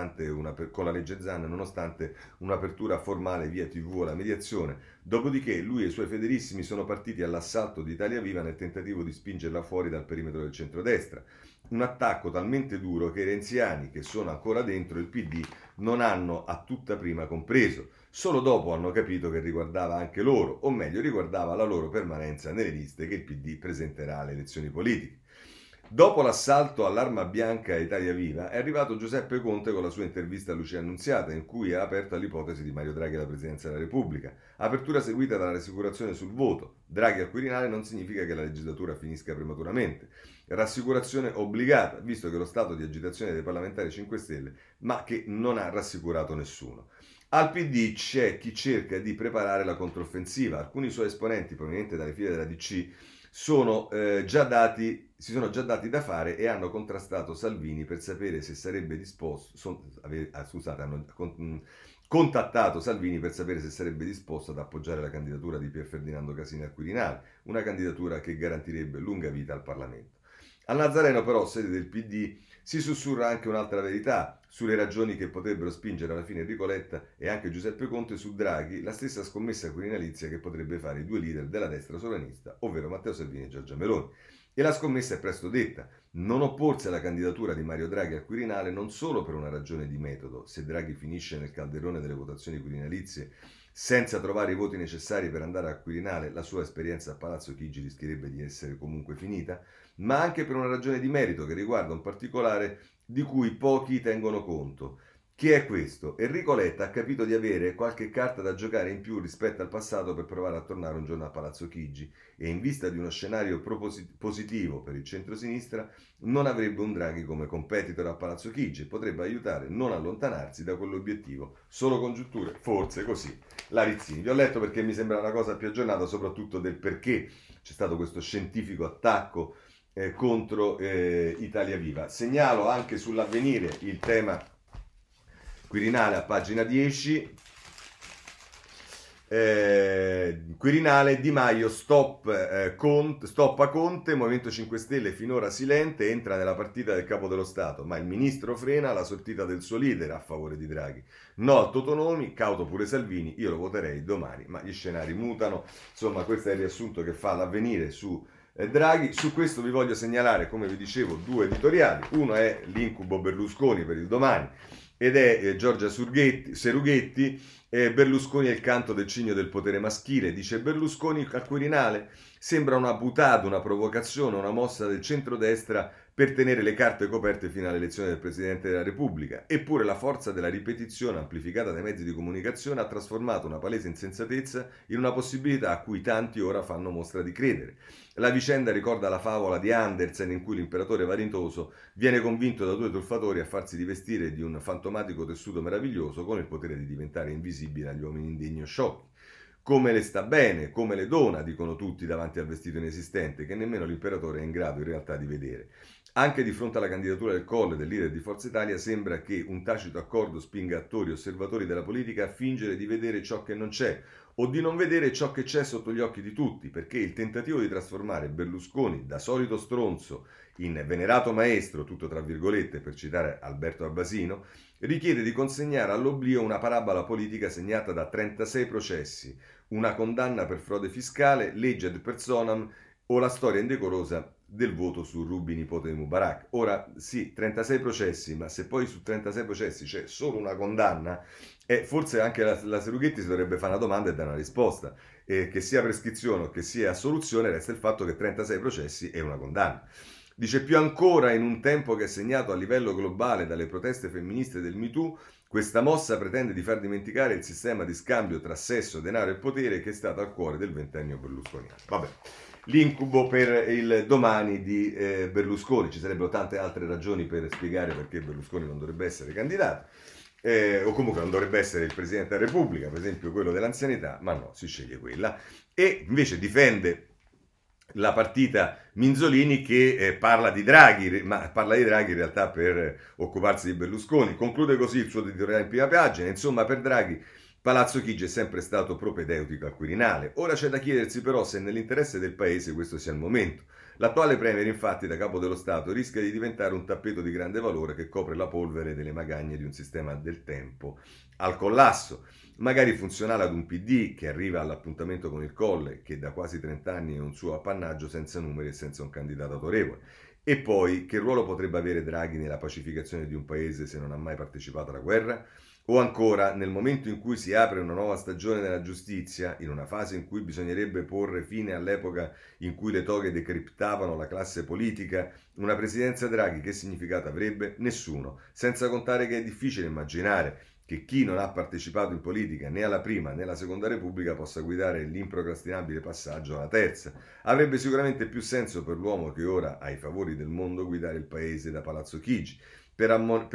[SPEAKER 1] con la legge Zan, nonostante un'apertura formale via TV alla mediazione. Dopodiché lui e i suoi fedelissimi sono partiti all'assalto di Italia Viva nel tentativo di spingerla fuori dal perimetro del centrodestra. Un attacco talmente duro che i renziani, che sono ancora dentro il PD, non hanno a tutta prima compreso. Solo dopo hanno capito che riguardava anche loro, o meglio riguardava la loro permanenza nelle liste che il PD presenterà alle elezioni politiche. Dopo l'assalto all'Arma Bianca a Italia Viva è arrivato Giuseppe Conte con la sua intervista a Lucia Annunziata, in cui ha aperto l'ipotesi di Mario Draghi alla presidenza della Repubblica. Apertura seguita dalla rassicurazione sul voto. Draghi al Quirinale non significa che la legislatura finisca prematuramente. Rassicurazione obbligata, visto che lo stato di agitazione dei parlamentari 5 Stelle, ma che non ha rassicurato nessuno. Al PD c'è chi cerca di preparare la controffensiva. Alcuni suoi esponenti provenienti dalle file della DC si sono già dati da fare e hanno contrastato Salvini per sapere se sarebbe disposto, hanno contattato Salvini per sapere se sarebbe disposto ad appoggiare la candidatura di Pier Ferdinando Casini al Quirinale, una candidatura che garantirebbe lunga vita al Parlamento. Al Nazareno però, sede del PD, si sussurra anche un'altra verità sulle ragioni che potrebbero spingere alla fine Enrico Letta e anche Giuseppe Conte su Draghi, la stessa scommessa quirinalizia che potrebbe fare i due leader della destra sovranista, ovvero Matteo Salvini e Giorgia Meloni. E la scommessa è presto detta: non opporsi alla candidatura di Mario Draghi al Quirinale non solo per una ragione di metodo. Se Draghi finisce nel calderone delle votazioni quirinalizie senza trovare i voti necessari per andare al Quirinale, la sua esperienza a Palazzo Chigi rischierebbe di essere comunque finita, ma anche per una ragione di merito che riguarda un particolare di cui pochi tengono conto. Che è questo? Enrico Letta ha capito di avere qualche carta da giocare in più rispetto al passato per provare a tornare un giorno a Palazzo Chigi, e in vista di uno scenario positivo per il centrosinistra non avrebbe un Draghi come competitor a Palazzo Chigi e potrebbe aiutare a non allontanarsi da quell'obiettivo. Solo congiunture, forse così. La Rizzini. Vi ho letto perché mi sembra una cosa più aggiornata, soprattutto del perché c'è stato questo scientifico attacco contro Italia Viva. Segnalo anche sull'Avvenire il tema Quirinale a pagina 10. Quirinale, Di Maio stop a Conte, Movimento 5 Stelle finora silente, entra nella partita del capo dello Stato, ma il ministro frena la sortita del suo leader a favore di Draghi. No al Totonomi, cauto pure Salvini, io lo voterei domani, ma gli scenari mutano. Insomma, questo è il riassunto che fa l'Avvenire su Draghi. Su questo vi voglio segnalare, come vi dicevo, due editoriali. Uno è l'incubo Berlusconi per il domani ed è Giorgia Serughetti. Berlusconi è il canto del cigno del potere maschile, dice Berlusconi al Quirinale. Sembra una butata, una provocazione, una mossa del centrodestra per tenere le carte coperte fino all'elezione del Presidente della Repubblica. Eppure la forza della ripetizione amplificata dai mezzi di comunicazione ha trasformato una palese insensatezza in una possibilità a cui tanti ora fanno mostra di credere. La vicenda ricorda la favola di Andersen in cui l'imperatore vanitoso viene convinto da due truffatori a farsi rivestire di un fantomatico tessuto meraviglioso con il potere di diventare invisibile agli uomini indegni o sciocchi. Come le sta bene, come le dona, dicono tutti davanti al vestito inesistente che nemmeno l'imperatore è in grado in realtà di vedere. Anche di fronte alla candidatura del Colle, del leader di Forza Italia, sembra che un tacito accordo spinga attori e osservatori della politica a fingere di vedere ciò che non c'è o di non vedere ciò che c'è sotto gli occhi di tutti, perché il tentativo di trasformare Berlusconi da solito stronzo in venerato maestro, tutto tra virgolette per citare Alberto Abbasino, richiede di consegnare all'oblio una parabola politica segnata da 36 processi, una condanna per frode fiscale, legge ad personam o la storia indecorosa del voto su Ruby, nipote di Mubarak. Ora sì, 36 processi, ma se poi su 36 processi c'è solo una condanna, forse anche la Serughetti si dovrebbe fare una domanda e dare una risposta. Che sia prescrizione o che sia assoluzione, resta il fatto che 36 processi è una condanna. Dice più ancora in un tempo che è segnato a livello globale dalle proteste femministe del Me Too, questa mossa pretende di far dimenticare il sistema di scambio tra sesso, denaro e potere che è stato al cuore del ventennio berlusconiano. Vabbè, l'incubo per il domani di Berlusconi. Ci sarebbero tante altre ragioni per spiegare perché Berlusconi non dovrebbe essere candidato. O comunque non dovrebbe essere il Presidente della Repubblica, per esempio quello dell'anzianità, ma no, si sceglie quella. E invece difende la partita Minzolini che parla di Draghi, ma parla di Draghi in realtà per occuparsi di Berlusconi. Conclude così il suo editoriale in prima pagina. Insomma, per Draghi Palazzo Chigi è sempre stato propedeutico al Quirinale. Ora c'è da chiedersi però se nell'interesse del paese questo sia il momento. L'attuale premier, infatti, da capo dello Stato, rischia di diventare un tappeto di grande valore che copre la polvere delle magagne di un sistema del tempo al collasso, magari funzionale ad un PD che arriva all'appuntamento con il Colle, che da quasi 30 anni è un suo appannaggio senza numeri e senza un candidato autorevole. E poi, che ruolo potrebbe avere Draghi nella pacificazione di un paese se non ha mai partecipato alla guerra? O ancora, nel momento in cui si apre una nuova stagione nella giustizia, in una fase in cui bisognerebbe porre fine all'epoca in cui le toghe decriptavano la classe politica, una presidenza Draghi che significato avrebbe? Nessuno, senza contare che è difficile immaginare che chi non ha partecipato in politica né alla prima né alla seconda repubblica possa guidare l'improcrastinabile passaggio alla terza. Avrebbe sicuramente più senso per l'uomo che ora ha i favori del mondo guidare il paese da Palazzo Chigi, per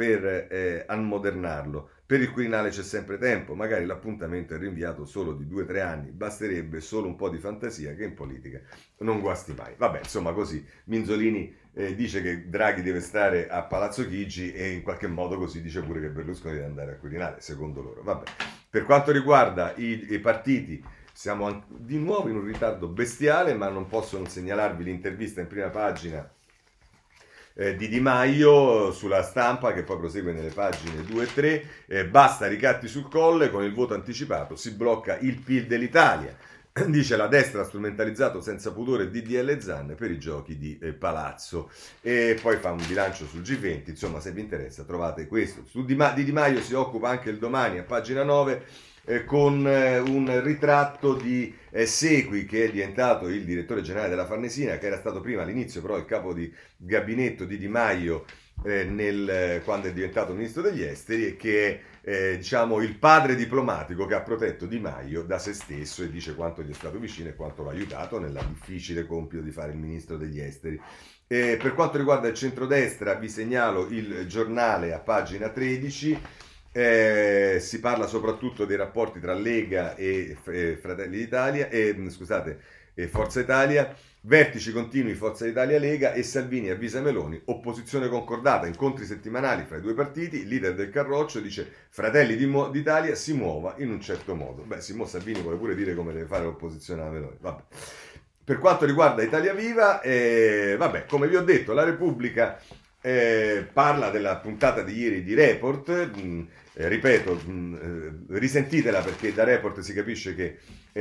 [SPEAKER 1] ammodernarlo. Per il Quirinale c'è sempre tempo, magari l'appuntamento è rinviato solo di 2 o 3 anni, basterebbe solo un po' di fantasia che in politica non guasti mai. Vabbè, insomma così, Minzolini dice che Draghi deve stare a Palazzo Chigi e in qualche modo così dice pure che Berlusconi deve andare al Quirinale, secondo loro. Vabbè. Per quanto riguarda i partiti, siamo di nuovo in un ritardo bestiale, ma non posso non segnalarvi l'intervista in prima pagina di Di Maio sulla Stampa, che poi prosegue nelle pagine 2 e 3. Basta ricatti sul Colle, con il voto anticipato si blocca il PIL dell'Italia. Dice la destra ha strumentalizzato senza pudore DDL Zan per i giochi di Palazzo. E poi fa un bilancio sul G20, insomma se vi interessa trovate questo. Di Di Maio si occupa anche il Domani a pagina 9, con un ritratto di Segui, che è diventato il direttore generale della Farnesina, che era stato prima all'inizio però il capo di gabinetto di Di Maio quando è diventato ministro degli esteri, e che è diciamo il padre diplomatico che ha protetto Di Maio da se stesso, e dice quanto gli è stato vicino e quanto l'ha aiutato nella difficile compito di fare il ministro degli esteri. Per quanto riguarda il centrodestra vi segnalo il Giornale a pagina 13. Si parla soprattutto dei rapporti tra Lega e Fratelli d'Italia e Forza Italia. Vertici continui Forza Italia Lega, e Salvini avvisa Meloni, opposizione concordata, incontri settimanali fra i due partiti. Il leader del Carroccio dice Fratelli d'Italia si muova in un certo modo. Beh, Salvini vuole pure dire come deve fare l'opposizione alla Meloni. Vabbè. Per quanto riguarda Italia Viva, vabbè, come vi ho detto, la Repubblica parla della puntata di ieri di Report. Ripeto, risentitela, perché da Report si capisce che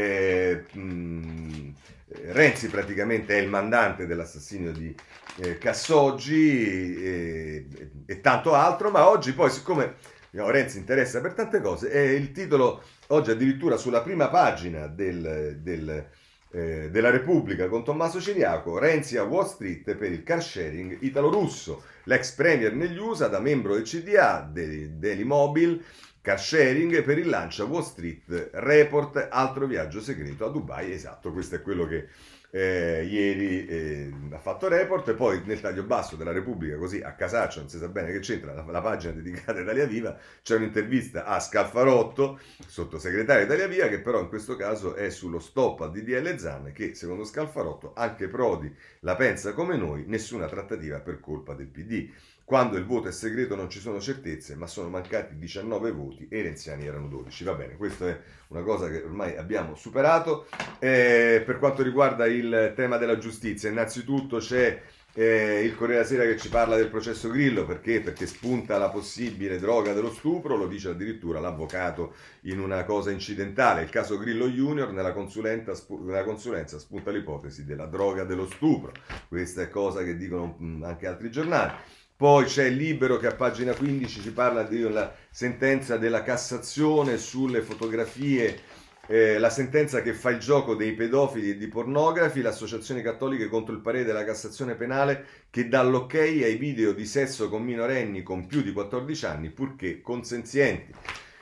[SPEAKER 1] Renzi praticamente è il mandante dell'assassinio di Cassoggi e tanto altro, ma oggi poi, siccome Renzi interessa per tante cose, il titolo oggi addirittura sulla prima pagina della Repubblica con Tommaso Ciriaco: Renzi a Wall Street per il car sharing italo-russo. L'ex premier negli USA, da membro del CDA, Daily Mobile, car sharing per il lancio a Wall Street. Report, altro viaggio segreto a Dubai. Esatto, questo è quello che ieri ha fatto Report. E poi nel taglio basso della Repubblica, così a casaccio, non si sa bene che c'entra, la pagina dedicata a Italia Viva, c'è un'intervista a Scalfarotto, sottosegretario Italia Viva, che però in questo caso è sullo stop al DDL Zan, che secondo Scalfarotto anche Prodi la pensa come noi, nessuna trattativa per colpa del PD. Quando il voto è segreto non ci sono certezze, ma sono mancati 19 voti e i renziani erano 12. Va bene, questa è una cosa che ormai abbiamo superato. Per quanto riguarda il tema della giustizia, innanzitutto c'è il Corriere della Sera che ci parla del processo Grillo, perché spunta la possibile droga dello stupro, lo dice addirittura l'avvocato in una cosa incidentale. Il caso Grillo Junior, nella consulenza spunta l'ipotesi della droga dello stupro. Questa è cosa che dicono anche altri giornali. Poi c'è il Libero che a pagina 15 ci parla della sentenza della Cassazione sulle fotografie, la sentenza che fa il gioco dei pedofili e di pornografi, l'associazione cattoliche contro il parere della Cassazione penale che dà l'ok ai video di sesso con minorenni con più di 14 anni purché consenzienti.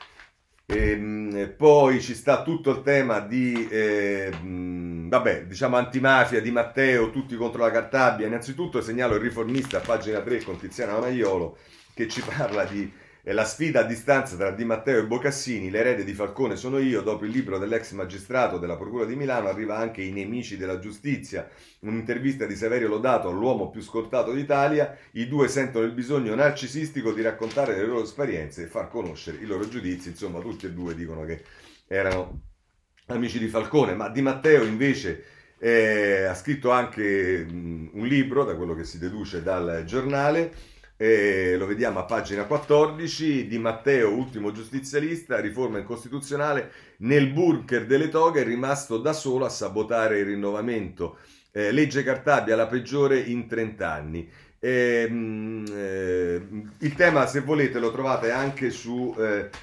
[SPEAKER 1] Poi ci sta tutto il tema di diciamo antimafia di Matteo, tutti contro la Cartabia. Innanzitutto segnalo il Riformista a pagina 3 con Tiziana Maiolo che ci parla di la sfida a distanza tra Di Matteo e Bocassini, l'erede di Falcone sono io. Dopo il libro dell'ex magistrato della Procura di Milano arriva anche I nemici della giustizia, un'intervista di Saverio Lodato all'uomo più scortato d'Italia. I due sentono il bisogno narcisistico di raccontare le loro esperienze e far conoscere i loro giudizi. Insomma, tutti e due dicono che erano amici di Falcone, ma Di Matteo invece ha scritto anche un libro, da quello che si deduce dal giornale. Lo vediamo a pagina 14. Di Matteo, ultimo giustizialista, riforma incostituzionale, nel bunker delle toghe è rimasto da solo a sabotare il rinnovamento. Legge Cartabia, la peggiore in 30 anni. Il tema, se volete, lo trovate anche su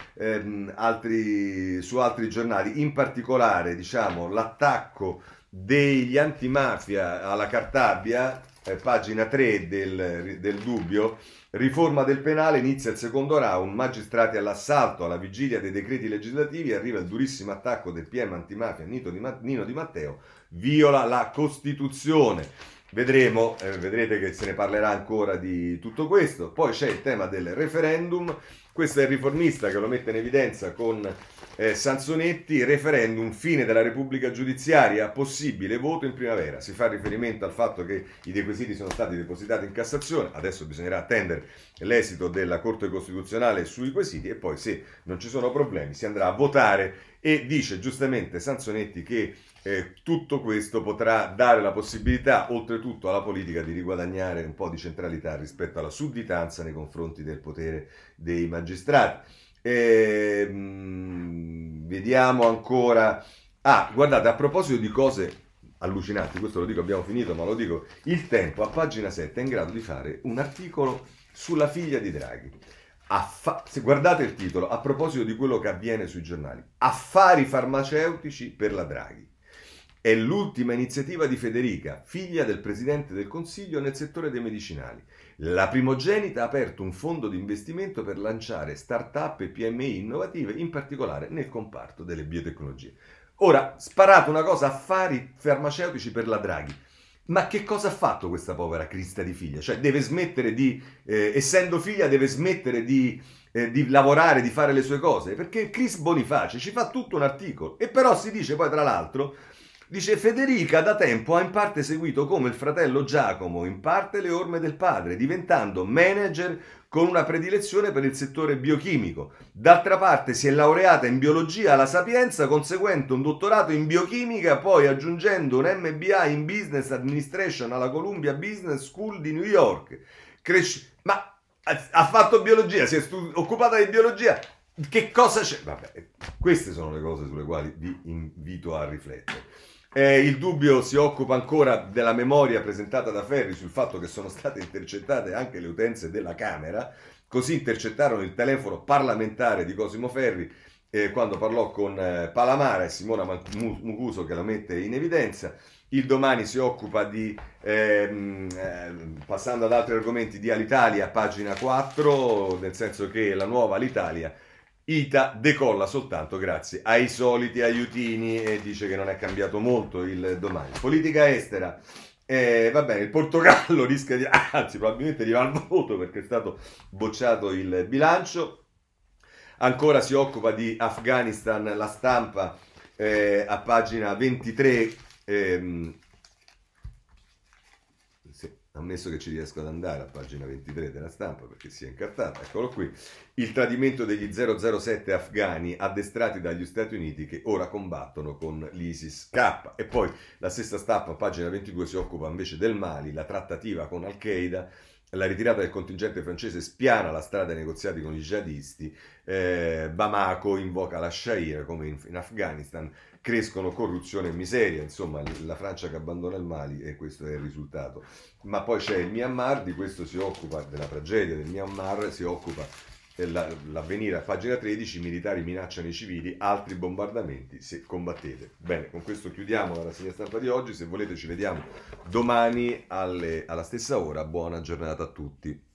[SPEAKER 1] altri giornali, in particolare diciamo l'attacco degli antimafia alla Cartabia, pagina 3 del Dubbio. Riforma del penale, inizia il secondo round, magistrati all'assalto, alla vigilia dei decreti legislativi arriva il durissimo attacco del PM antimafia Nino Di Matteo, viola la Costituzione. Vedremo, vedrete che se ne parlerà ancora di tutto questo. Poi c'è il tema del referendum, questo è il Riformista che lo mette in evidenza con Sansonetti, referendum, fine della Repubblica giudiziaria, possibile voto in primavera. Si fa riferimento al fatto che i requisiti sono stati depositati in Cassazione, adesso bisognerà attendere l'esito della Corte Costituzionale sui quesiti e poi se non ci sono problemi si andrà a votare. E dice giustamente Sansonetti che tutto questo potrà dare la possibilità, oltretutto alla politica, di riguadagnare un po' di centralità rispetto alla sudditanza nei confronti del potere dei magistrati. Vediamo ancora. Guardate, a proposito di cose allucinanti, questo lo dico, abbiamo finito, ma lo dico, Il Tempo a pagina 7 è in grado di fare un articolo sulla figlia di Draghi. Se guardate il titolo, a proposito di quello che avviene sui giornali, affari farmaceutici per la Draghi. È l'ultima iniziativa di Federica, figlia del Presidente del Consiglio nel settore dei medicinali. La primogenita ha aperto un fondo di investimento per lanciare start-up e PMI innovative, in particolare nel comparto delle biotecnologie. Ora, sparato una cosa, affari farmaceutici per la Draghi. Ma che cosa ha fatto questa povera Crista di figlia? Cioè deve smettere di, essendo figlia, deve smettere di lavorare, di fare le sue cose, perché Chris Boniface ci fa tutto un articolo e però si dice poi tra l'altro, dice Federica da tempo ha in parte seguito come il fratello Giacomo, in parte le orme del padre, diventando manager con una predilezione per il settore biochimico. D'altra parte si è laureata in biologia alla Sapienza, conseguente un dottorato in biochimica, poi aggiungendo un MBA in Business Administration alla Columbia Business School di New York. Ma ha fatto biologia, si è occupata di biologia. Che cosa c'è? Vabbè, queste sono le cose sulle quali vi invito a riflettere. Il Dubbio si occupa ancora della memoria presentata da Ferri sul fatto che sono state intercettate anche le utenze della Camera, così intercettarono il telefono parlamentare di Cosimo Ferri quando parlò con Palamara e Simona Mucuso che la mette in evidenza. Il Domani si occupa di, passando ad altri argomenti, di Alitalia, pagina 4, nel senso che la nuova Alitalia ITA decolla soltanto grazie ai soliti aiutini e dice che non è cambiato molto il Domani. Politica estera, va bene, il Portogallo rischia di, anzi probabilmente di va al voto perché è stato bocciato il bilancio. Ancora si occupa di Afghanistan, la Stampa a pagina 23. ammesso che ci riesco ad andare a pagina 23 della Stampa perché sia incartata, eccolo qui, il tradimento degli 007 afghani addestrati dagli Stati Uniti che ora combattono con l'ISIS-K. E poi la stessa Stampa, pagina 22, si occupa invece del Mali, la trattativa con Al-Qaeda, la ritirata del contingente francese spiana la strada ai negoziati con i jihadisti, Bamako invoca la Sharia come in Afghanistan, crescono corruzione e miseria, insomma la Francia che abbandona il Mali e questo è il risultato. Ma poi c'è il Myanmar, di questo si occupa, della tragedia del Myanmar, si occupa l'avvenire a pagina 13, militari minacciano i civili, altri bombardamenti se combattete. Bene, con questo chiudiamo la rassegna stampa di oggi, se volete ci vediamo domani alla stessa ora, buona giornata a tutti.